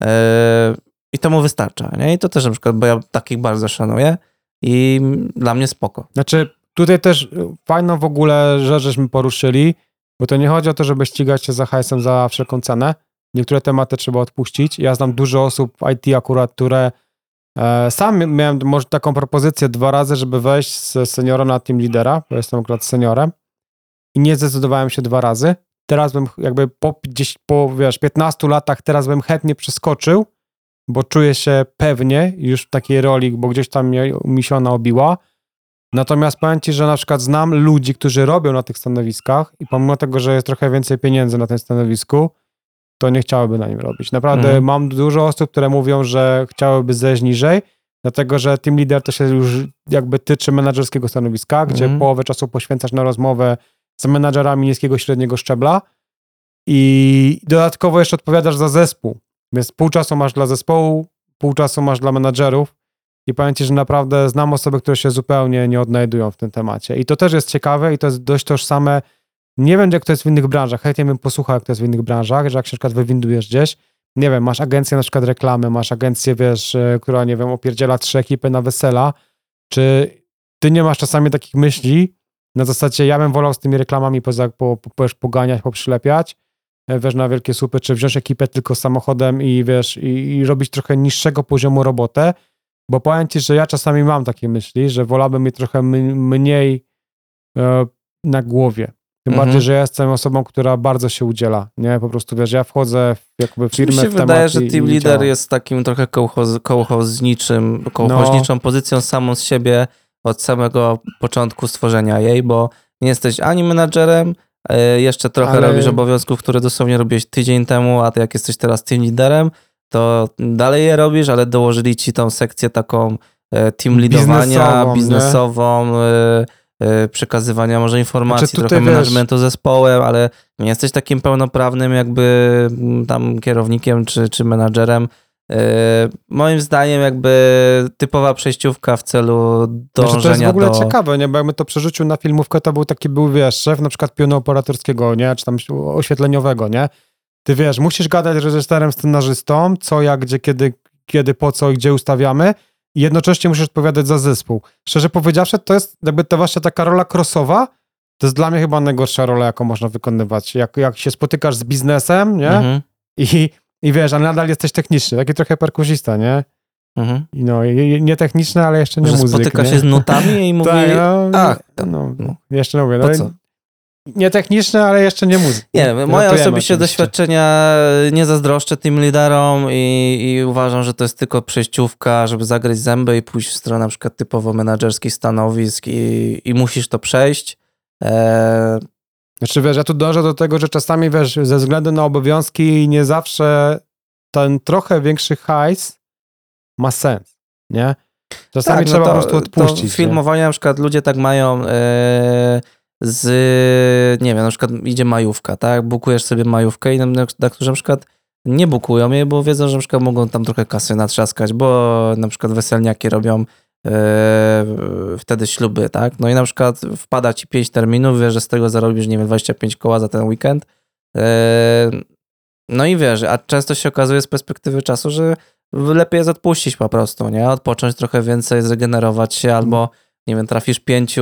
I to mu wystarcza. Nie? I to też na przykład, bo ja takich bardzo szanuję i dla mnie spoko.
Znaczy, tutaj też fajną w ogóle rzecz, żeśmy poruszyli, bo to nie chodzi o to, żeby ścigać się za hajsem za wszelką cenę. Niektóre tematy trzeba odpuścić. Ja znam dużo osób w IT akurat, które sam miałem może taką propozycję 2 razy, żeby wejść z seniora na team lidera, bo jestem akurat seniorem i nie zdecydowałem się 2 razy. Teraz bym jakby po 15 latach teraz bym chętnie przeskoczył, bo czuję się pewnie już w takiej roli, bo gdzieś tam mi się ona obiła. Natomiast powiem ci, że na przykład znam ludzi, którzy robią na tych stanowiskach i pomimo tego, że jest trochę więcej pieniędzy na tym stanowisku, to nie chciałyby na nim robić. Naprawdę mam dużo osób, które mówią, że chciałyby zejść niżej, dlatego że team leader to się już jakby tyczy menadżerskiego stanowiska, gdzie połowę czasu poświęcasz na rozmowę z menadżerami niskiego, średniego szczebla i dodatkowo jeszcze odpowiadasz za zespół. Więc pół czasu masz dla zespołu, pół czasu masz dla menadżerów i powiem ci, że naprawdę znam osoby, które się zupełnie nie odnajdują w tym temacie. I to też jest ciekawe i to jest dość tożsame. Nie wiem, jak to jest w innych branżach. Chętnie bym posłuchał, jak to jest w innych branżach, że jak się na przykład wywindujesz gdzieś, nie wiem, masz agencję na przykład reklamy, masz agencję, wiesz, która, nie wiem, opierdziela 3 ekipy na wesela, czy ty nie masz czasami takich myśli, na zasadzie ja bym wolał z tymi reklamami poganiać, poprzylepiać, wiesz, na wielkie słupy, czy wziąć ekipę tylko z samochodem i wiesz, i robić trochę niższego poziomu robotę, bo powiem ci, że ja czasami mam takie myśli, że wolałbym mieć trochę mniej na głowie. Tym bardziej, że ja jestem osobą, która bardzo się udziela, nie? Po prostu, wiesz, ja wchodzę w jakby firmę,
mi się
w temat
wydaje, że team leader jest takim trochę kołchoźniczą pozycją samą z siebie od samego początku stworzenia jej, bo nie jesteś ani menadżerem, jeszcze trochę robisz obowiązków, które dosłownie robiłeś tydzień temu, a ty jak jesteś teraz team leaderem, to dalej je robisz, ale dołożyli ci tą sekcję taką team leadowania, biznesową, przekazywania może informacji, znaczy, trochę managementu zespołem, ale nie jesteś takim pełnoprawnym jakby tam kierownikiem czy menadżerem. Moim zdaniem jakby typowa przejściówka w celu dążenia do...
To jest w ogóle ciekawe, nie? Bo jakby to przerzucił na filmówkę, to był, wiesz, szef na przykład pionu operatorskiego, nie? Czy tam oświetleniowego, nie? Ty wiesz, musisz gadać z reżyserem, scenarzystą, co, jak, gdzie, kiedy, po co i gdzie ustawiamy i jednocześnie musisz odpowiadać za zespół. Szczerze powiedziawszy, to jest jakby to właśnie taka rola crossowa, to jest dla mnie chyba najgorsza rola, jaką można wykonywać. Jak się spotykasz z biznesem, nie? I wiesz, ale nadal jesteś techniczny, taki trochę perkusista, nie? No, nie techniczny, ale jeszcze nie muzyk.
Spotyka się z nutami i mówi...
jeszcze nie mówię.
Po co?
Nie techniczny, ale jeszcze nie muzyk.
Nie, moje osobiście doświadczenia nie zazdroszczę tym liderom i uważam, że to jest tylko przejściówka, żeby zagryźć zęby i pójść w stronę na przykład typowo menadżerskich stanowisk i musisz to przejść.
Znaczy, wiesz, ja tu dążę do tego, że czasami, wiesz, ze względu na obowiązki nie zawsze ten trochę większy hajs ma sens, nie? Czasami trzeba po prostu odpuścić.
W filmowaniu na przykład ludzie tak mają nie wiem, na przykład idzie majówka, tak? Bukujesz sobie majówkę i na którzy na przykład nie bukują jej, bo wiedzą, że na przykład mogą tam trochę kasy natrzaskać, bo na przykład weselniaki robią wtedy śluby, tak? No i na przykład wpada ci 5 terminów, wiesz, że z tego zarobisz, nie wiem, 25 koła za ten weekend. No i wiesz, a często się okazuje z perspektywy czasu, że lepiej jest odpuścić po prostu, nie? Odpocząć trochę więcej, zregenerować się, albo nie wiem, trafisz 5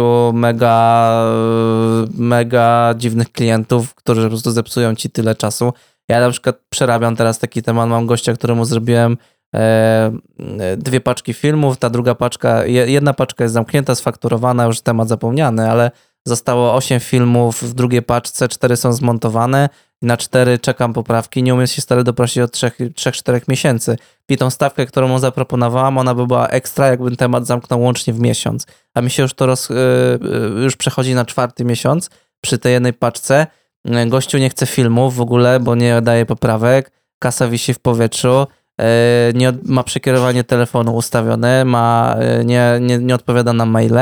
mega dziwnych klientów, którzy po prostu zepsują ci tyle czasu. Ja na przykład przerabiam teraz taki temat, mam gościa, któremu zrobiłem 2 paczki filmów, ta druga paczka, jedna paczka jest zamknięta, sfakturowana, już temat zapomniany, ale zostało 8 filmów w drugiej paczce, 4 są zmontowane i na 4 czekam poprawki, nie umiem się stale doprosić od 3-4 miesięcy. I tą stawkę, którą mu zaproponowałam, ona by była ekstra, jakbym temat zamknął łącznie w miesiąc. A mi się już to już przechodzi na 4. miesiąc przy tej jednej paczce. Gościu nie chce filmów w ogóle, bo nie daje poprawek. kasa wisi w powietrzu, ma przekierowanie telefonu ustawione, nie odpowiada na maile,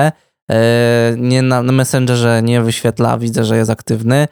na Messengerze nie wyświetla, widzę, że jest aktywny.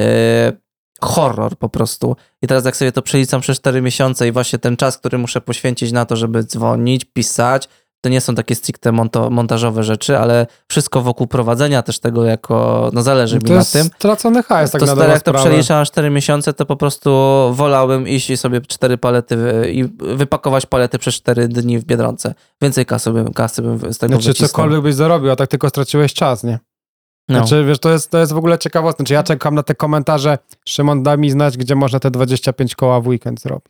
Horror po prostu. I teraz jak sobie to przeliczam przez 4 miesiące i właśnie ten czas, który muszę poświęcić na to, żeby dzwonić, pisać, to nie są takie stricte montażowe rzeczy, ale wszystko wokół prowadzenia też tego jako, zależy mi na tym.
To jest stracony hajs, tak na
jak to przeliczam na 4 miesiące, to po prostu wolałbym iść i sobie 4 palety i wypakować palety przez 4 dni w Biedronce. Więcej kasy bym z tego wycisnął.
Cokolwiek byś zarobił, a tak tylko straciłeś czas, nie?
No.
Znaczy, wiesz, to jest w ogóle ciekawostne. Znaczy, ja czekam na te komentarze. Szymon, daj mi znać, gdzie można te 25 koła w weekend zrobić.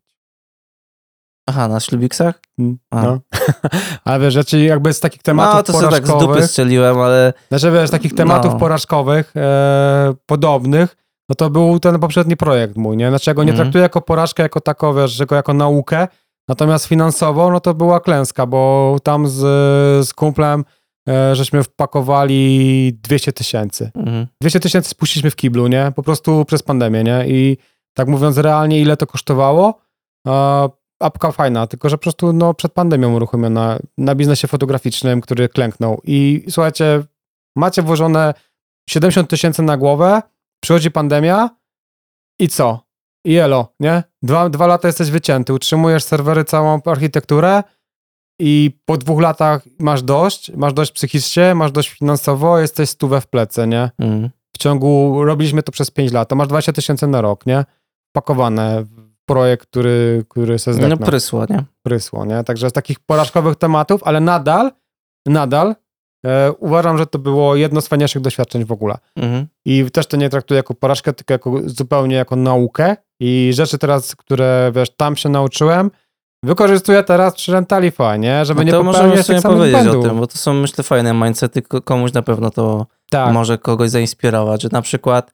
Aha, na ślubiksach?
No. Ale wiesz, że jakby z takich tematów
to sobie tak z dupy strzeliłem, ale...
Znaczy, wiesz, z takich tematów porażkowych, podobnych, no to był ten poprzedni projekt mój, nie? Znaczy, ja go nie traktuję jako porażkę, jako taką, wiesz, że go jako naukę, natomiast finansowo, no to była klęska, bo tam z kumplem żeśmy wpakowali 200 000. 200 000 spuściliśmy w kiblu, nie? Po prostu przez pandemię, nie? I tak mówiąc realnie, ile to kosztowało? Apka fajna, tylko że po prostu przed pandemią uruchomiona na biznesie fotograficznym, który klęknął. I słuchajcie, macie włożone 70 000 na głowę, przychodzi pandemia i co? I elo, nie? 2 lata jesteś wycięty, utrzymujesz serwery, całą architekturę i po 2 latach masz dość psychicznie, masz dość finansowo, jesteś 100 w plecy, nie? Robiliśmy to przez 5 lat, to masz 20 000 na rok, nie? Pakowane w projekt, który se zdechnął.
No prysło, nie?
Prysło, nie? Także z takich porażkowych tematów, ale nadal uważam, że to było jedno z fajniejszych doświadczeń w ogóle. I też to nie traktuję jako porażkę, tylko zupełnie jako naukę i rzeczy teraz, które, wiesz, tam się nauczyłem, wykorzystuję teraz przy Rentalify, nie? Żeby nie popełniać tych samych
powiedzieć
błędów.
o tym, bo to są, myślę, fajne mindsety, komuś na pewno to może kogoś zainspirować, że na przykład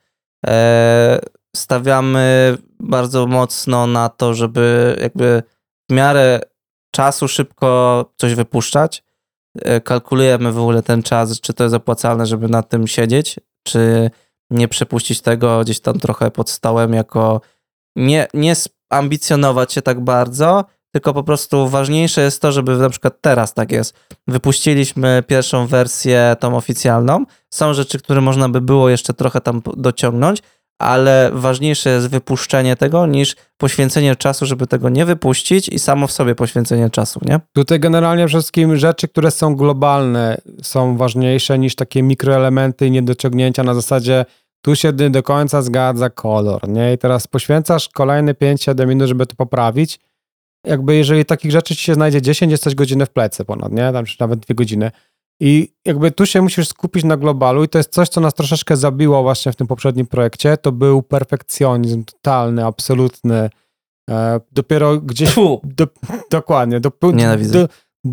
stawiamy bardzo mocno na to, żeby jakby w miarę czasu szybko coś wypuszczać. Kalkulujemy w ogóle ten czas, czy to jest opłacalne, żeby nad tym siedzieć, czy nie przepuścić tego gdzieś tam trochę pod stołem, jako nie ambicjonować się tak bardzo, tylko po prostu ważniejsze jest to, żeby na przykład teraz tak jest. Wypuściliśmy pierwszą wersję, tą oficjalną. Są rzeczy, które można by było jeszcze trochę tam dociągnąć, ale ważniejsze jest wypuszczenie tego niż poświęcenie czasu, żeby tego nie wypuścić i samo w sobie poświęcenie czasu, nie?
Tutaj generalnie wszystkim rzeczy, które są globalne, są ważniejsze niż takie mikroelementy i niedociągnięcia na zasadzie tu się nie do końca zgadza kolor, nie? I teraz poświęcasz kolejne 5-7 minut, żeby to poprawić. Jakby jeżeli takich rzeczy ci się znajdzie 10, jesteś godzinę w plecy ponad, nie? Tam nawet 2 godziny. I jakby tu się musisz skupić na globalu i to jest coś, co nas troszeczkę zabiło właśnie w tym poprzednim projekcie. To był perfekcjonizm totalny, absolutny. Dopiero gdzieś... Dokładnie.
Nienawidzę.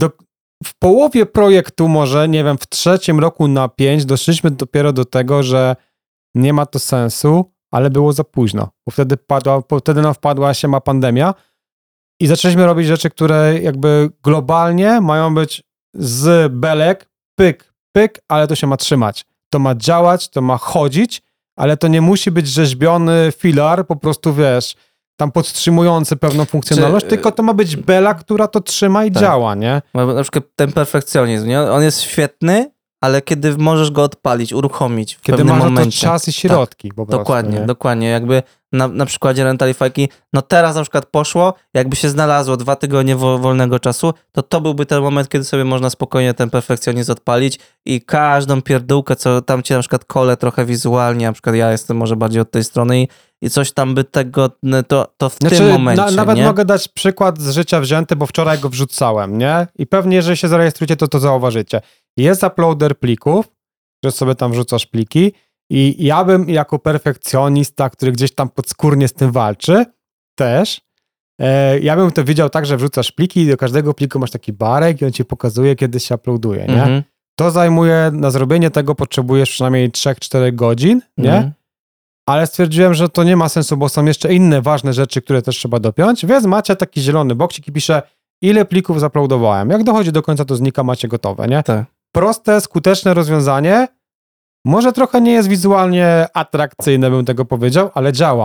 W połowie projektu może, nie wiem, w 3. roku na 5 doszliśmy dopiero do tego, że nie ma to sensu, ale było za późno. Bo wtedy nam wpadła się pandemia i zaczęliśmy robić rzeczy, które jakby globalnie mają być z belek, pyk, pyk, ale to się ma trzymać. To ma działać, to ma chodzić, ale to nie musi być rzeźbiony filar, po prostu wiesz, tam podtrzymujący pewną funkcjonalność, tylko to ma być bela, która to trzyma i działa, nie?
Na przykład ten perfekcjonizm, nie? On jest świetny, ale kiedy możesz go odpalić, uruchomić w pewnym momencie.
Kiedy masz to czas i środki po prostu.
Dokładnie. Jakby na przykładzie Rentalify'ki, teraz na przykład poszło, jakby się znalazło 2 tygodnie wolnego czasu, to byłby ten moment, kiedy sobie można spokojnie ten perfekcjonizm odpalić i każdą pierdółkę, co tam cię na przykład kole trochę wizualnie, na przykład ja jestem może bardziej od tej strony i coś tam by tego, to w tym momencie,
nawet
nie?
mogę dać przykład z życia wzięty, bo wczoraj go wrzucałem, nie? I pewnie, jeżeli się zarejestrujecie, to zauważycie. Jest uploader plików, że sobie tam wrzucasz pliki i ja bym jako perfekcjonista, który gdzieś tam podskórnie z tym walczy, też, ja bym to widział tak, że wrzucasz pliki i do każdego pliku masz taki barek i on ci pokazuje, kiedy się uploaduje, nie? To zajmuje, na zrobienie tego potrzebujesz przynajmniej 3-4 godzin, nie? Ale stwierdziłem, że to nie ma sensu, bo są jeszcze inne ważne rzeczy, które też trzeba dopiąć, więc macie taki zielony boksik i pisze, ile plików zauploadowałem. Jak dochodzi do końca, to znika, macie gotowe, nie?
Tak.
Proste, skuteczne rozwiązanie. Może trochę nie jest wizualnie atrakcyjne, bym tego powiedział, ale działa.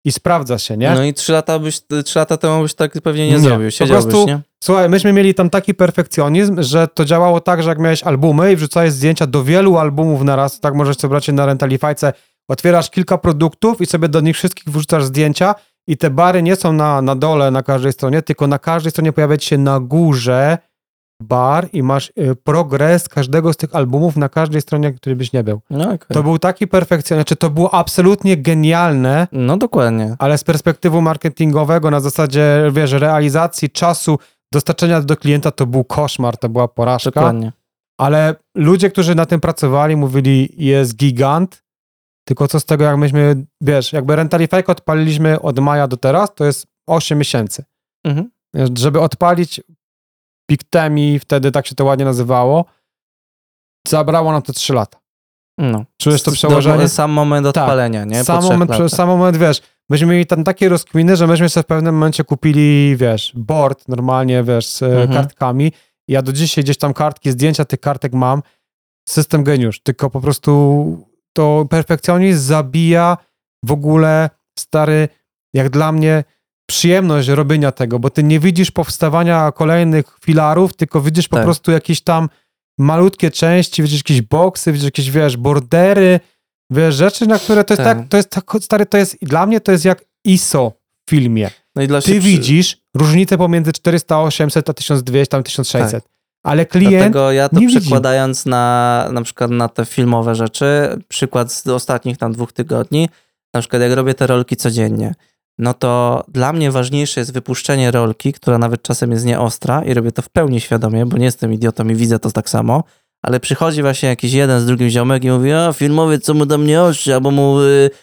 i sprawdza się, nie?
No i 3 lata temu byś tak pewnie nie zrobił, siedziałbyś,
po prostu,
nie?
Słuchaj, myśmy mieli tam taki perfekcjonizm, że to działało tak, że jak miałeś albumy i wrzucałeś zdjęcia do wielu albumów naraz, tak możesz sobie brać na Rentalifyce, otwierasz kilka produktów i sobie do nich wszystkich wrzucasz zdjęcia i te bary nie są na dole na każdej stronie, tylko na każdej stronie pojawia się na górze bar i masz progres każdego z tych albumów na każdej stronie, który byś nie był.
No, okay.
To był taki perfekcjonizm, znaczy to było absolutnie genialne.
No dokładnie.
Ale z perspektywy marketingowego na zasadzie, wiesz, realizacji czasu, dostarczenia do klienta to był koszmar, to była porażka.
Dokładnie.
Ale ludzie, którzy na tym pracowali, mówili, jest gigant, tylko co z tego, jak myśmy, wiesz, jakby Rentalify odpaliliśmy od maja do teraz, to jest 8 miesięcy.
Mhm.
Żeby odpalić Pictemi, wtedy tak się to ładnie nazywało, zabrało nam to 3 lata.
No.
Czujesz to przełożenie?
Sam moment odpalenia, nie?
Sam moment, wiesz, myśmy mieli tam takie rozkminy, że myśmy sobie w pewnym momencie kupili, wiesz, board normalnie, wiesz, z kartkami. Ja do dzisiaj gdzieś tam kartki, zdjęcia tych kartek mam. System geniusz, tylko po prostu to perfekcjonizm zabija w ogóle, stary, jak dla mnie, przyjemność robienia tego, bo ty nie widzisz powstawania kolejnych filarów, tylko widzisz po prostu jakieś tam malutkie części, widzisz jakieś boksy, widzisz jakieś, wiesz, bordery, wiesz, rzeczy, na które to jest tak, stary, to jest, dla mnie to jest jak ISO w filmie.
No i
ty widzisz różnicę pomiędzy 400, 800 a 1200, tam 1600. Ale klient
Dlatego ja to
nie
przekładając na przykład na te filmowe rzeczy, przykład z ostatnich tam 2 tygodni, na przykład jak robię te rolki codziennie, no to dla mnie ważniejsze jest wypuszczenie rolki, która nawet czasem jest nieostra i robię to w pełni świadomie, bo nie jestem idiotą i widzę to tak samo, ale przychodzi właśnie jakiś jeden z drugim ziomek i mówi, a filmowiec co mu tam nie ostrzy, albo mu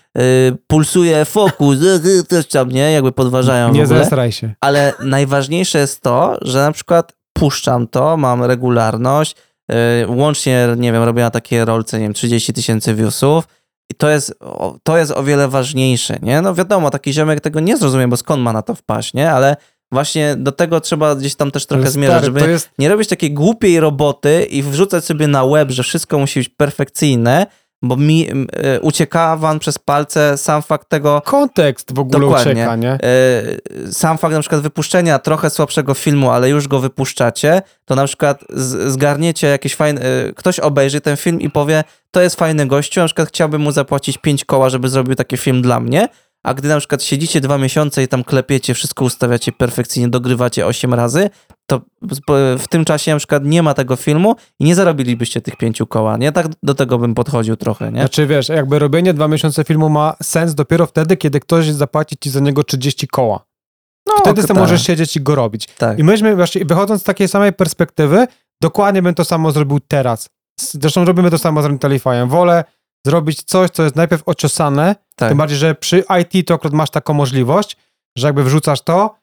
pulsuje fokus, coś tam, nie? Jakby podważają
nie
w ogóle.
zesraj się.
Ale najważniejsze jest to, że na przykład puszczam to, mam regularność, łącznie, nie wiem, robię na takie rolce, nie wiem, 30 000 viewsów i to jest o wiele ważniejsze, nie? No wiadomo, taki ziomek tego nie zrozumie, bo skąd ma na to wpaść, nie? Ale właśnie do tego trzeba gdzieś tam też trochę zmierzać, żeby nie robić takiej głupiej roboty i wrzucać sobie na web, że wszystko musi być perfekcyjne, bo mi ucieka wam przez palce sam fakt tego...
Kontekst w ogóle ucieka, nie?
Sam fakt na przykład wypuszczenia trochę słabszego filmu, ale już go wypuszczacie, to na przykład zgarniecie jakieś fajne... Ktoś obejrzy ten film i powie, to jest fajny gościu, na przykład chciałbym mu zapłacić 5 koła, żeby zrobił taki film dla mnie, a gdy na przykład siedzicie 2 miesiące i tam klepiecie, wszystko ustawiacie perfekcyjnie, dogrywacie 8 razy, to w tym czasie na przykład nie ma tego filmu i nie zarobilibyście tych 5 koła, nie? Tak do tego bym podchodził trochę, nie?
Znaczy wiesz, jakby robienie 2 miesiące filmu ma sens dopiero wtedy, kiedy ktoś zapłaci ci za niego 30 koła. No, wtedy sobie możesz siedzieć i go robić.
Tak.
I myśmy właśnie, wychodząc z takiej samej perspektywy, dokładnie bym to samo zrobił teraz. Zresztą robimy to samo z Rentalifyem. Wolę zrobić coś, co jest najpierw ociosane, tym bardziej, że przy IT to akurat masz taką możliwość, że jakby wrzucasz to,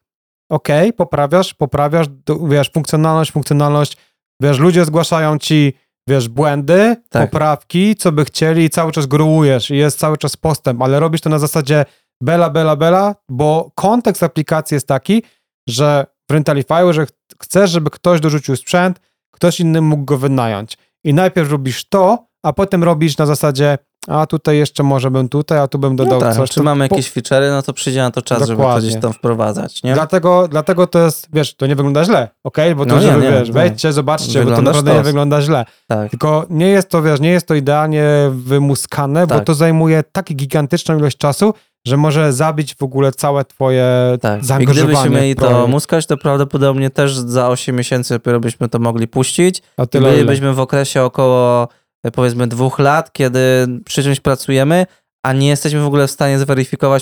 poprawiasz, wiesz, funkcjonalność, wiesz, ludzie zgłaszają ci, wiesz, błędy, poprawki, co by chcieli i cały czas grujesz i jest cały czas postęp, ale robisz to na zasadzie bela, bo kontekst aplikacji jest taki, że w Rentalifyu, że chcesz, żeby ktoś dorzucił sprzęt, ktoś inny mógł go wynająć. I najpierw robisz to, a potem robisz na zasadzie, a tutaj jeszcze może bym tutaj, a tu bym dodał coś.
Czy mamy jakieś feature'y, no to przyjdzie na to czas, żeby to gdzieś tam wprowadzać, nie?
Dlatego to jest, wiesz, to nie wygląda źle, okej? Bo to, wejdźcie, zobaczcie, bo to naprawdę nie wygląda źle. Tak. Tylko nie jest to, wiesz, nie jest to idealnie wymuskane, bo to zajmuje tak gigantyczną ilość czasu, że może zabić w ogóle całe twoje zaangażowanie. I
gdybyśmy mieli to muskać, to prawdopodobnie też za 8 miesięcy dopiero byśmy to mogli puścić. I bylibyśmy w okresie około, powiedzmy, 2 lat, kiedy przy czymś pracujemy, a nie jesteśmy w ogóle w stanie zweryfikować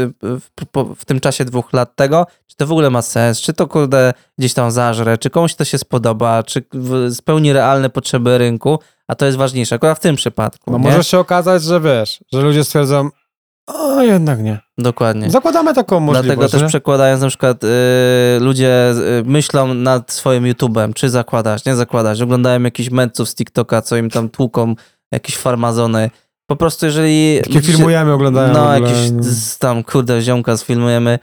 w tym czasie 2 lat tego, czy to w ogóle ma sens, czy to kurde gdzieś tam zażre, czy komuś to się spodoba, czy spełni realne potrzeby rynku, a to jest ważniejsze, akurat w tym przypadku.
No może się okazać, że wiesz, że ludzie stwierdzą, o, jednak nie.
Dokładnie.
Zakładamy taką możliwość.
Dlatego też przekładając, na przykład ludzie myślą nad swoim YouTube'em, czy zakładać, nie zakładać. Oglądają jakichś mędrców z TikToka, co im tam tłuką, jakieś farmazony. Po prostu jeżeli...
Takie filmujemy, oglądają.
No, jakiś tam, kurde, ziomka sfilmujemy.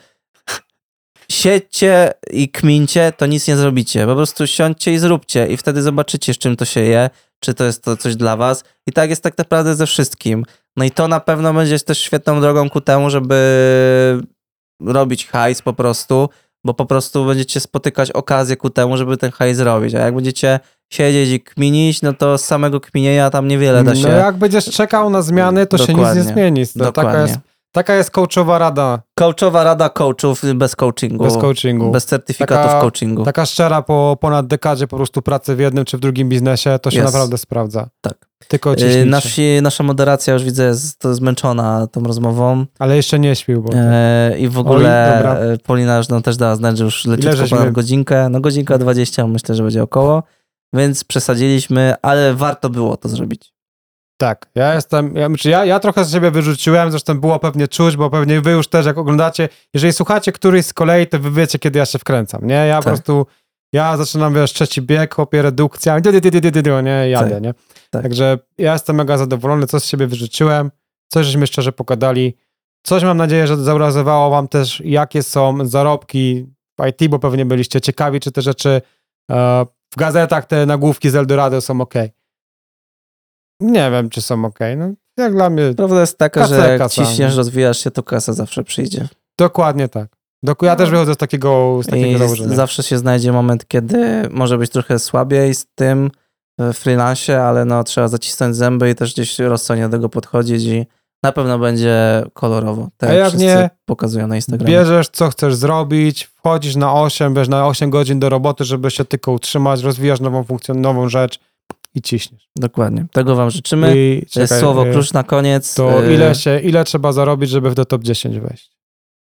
Siedźcie i kmincie, to nic nie zrobicie. Po prostu siądźcie i zróbcie i wtedy zobaczycie, z czym to się je, czy to jest to coś dla was. I tak jest tak naprawdę ze wszystkim. No i to na pewno będzie też świetną drogą ku temu, żeby robić hajs po prostu, bo po prostu będziecie spotykać okazję ku temu, żeby ten hajs zrobić. A jak będziecie siedzieć i kminić, no to z samego kminienia tam niewiele da się...
No jak będziesz czekał na zmiany, to
Dokładnie.
się nic nie zmieni. Taka jest coachowa rada.
Coachowa rada coachów bez coachingu.
Bez coachingu.
Bez certyfikatów coachingu.
Taka szczera po ponad dekadzie po prostu pracy w jednym czy w drugim biznesie, to się naprawdę sprawdza.
Tak.
Tylko
Nasza moderacja już widzę jest zmęczona tą rozmową.
Ale jeszcze nie śpił. Bo
I w ogóle Paulina już też dała znać, że już leciutko ponad godzinkę. No godzinka 20 myślę, że będzie około. Więc przesadziliśmy, ale warto było to zrobić.
Tak, ja trochę z siebie wyrzuciłem, zresztą było pewnie czuć, bo pewnie wy już też jak oglądacie, jeżeli słuchacie któryś z kolei, to wy wiecie, kiedy ja się wkręcam, nie? Po prostu, ja zaczynam, trzeci bieg, chłopie, redukcja, nie? Jadę, nie? Tak. Także ja jestem mega zadowolony, co z siebie wyrzuciłem, coś żeśmy szczerze pogadali, coś mam nadzieję, że zaurazowało wam też, jakie są zarobki w IT, bo pewnie byliście ciekawi, czy te rzeczy w gazetach, te nagłówki z Eldorado są okej. Nie wiem, czy są okej. No, jak dla mnie...
Prawda jest taka, że jak ciśniesz, rozwijasz się, to kasa zawsze przyjdzie.
Dokładnie tak. Ja też wychodzę z takiego założenia.
Zawsze się znajdzie moment, kiedy może być trochę słabiej z tym w freelancie, ale no trzeba zacisnąć zęby i też gdzieś rozsądnie do tego podchodzić i na pewno będzie kolorowo. Tak jak wszyscy pokazują na Instagramie.
Bierzesz, co chcesz zrobić, wchodzisz na 8, bierzesz na 8 godzin do roboty, żeby się tylko utrzymać, rozwijasz nową rzecz i ciśniesz.
Dokładnie. Tego wam życzymy. Słowo klucz na koniec.
To ile trzeba zarobić, żeby do top 10 wejść?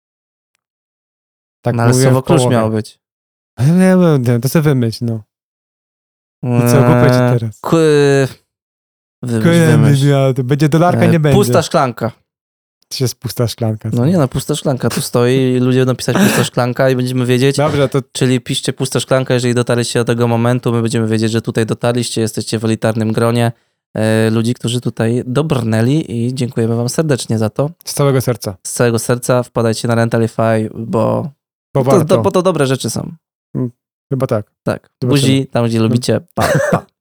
Tak,
no, ale słowo klucz miało być.
Nie, to sobie wymyśl, no. I co, kupię ci teraz?
Wymyśl.
Będzie dolarka, nie będzie.
Pusta szklanka.
To jest pusta szklanka.
No nie, pusta szklanka tu stoi i ludzie będą pisać pusta szklanka i będziemy wiedzieć.
Dobrze,
Czyli piszcie pusta szklanka, jeżeli dotarliście do tego momentu, my będziemy wiedzieć, że tutaj dotarliście, jesteście w elitarnym gronie ludzi, którzy tutaj dobrnęli i dziękujemy wam serdecznie za to.
Z całego serca.
Z całego serca wpadajcie na Rentalify, bo to dobre rzeczy są.
Chyba tak.
Tak. Buzi, tam gdzie lubicie. Pa, pa.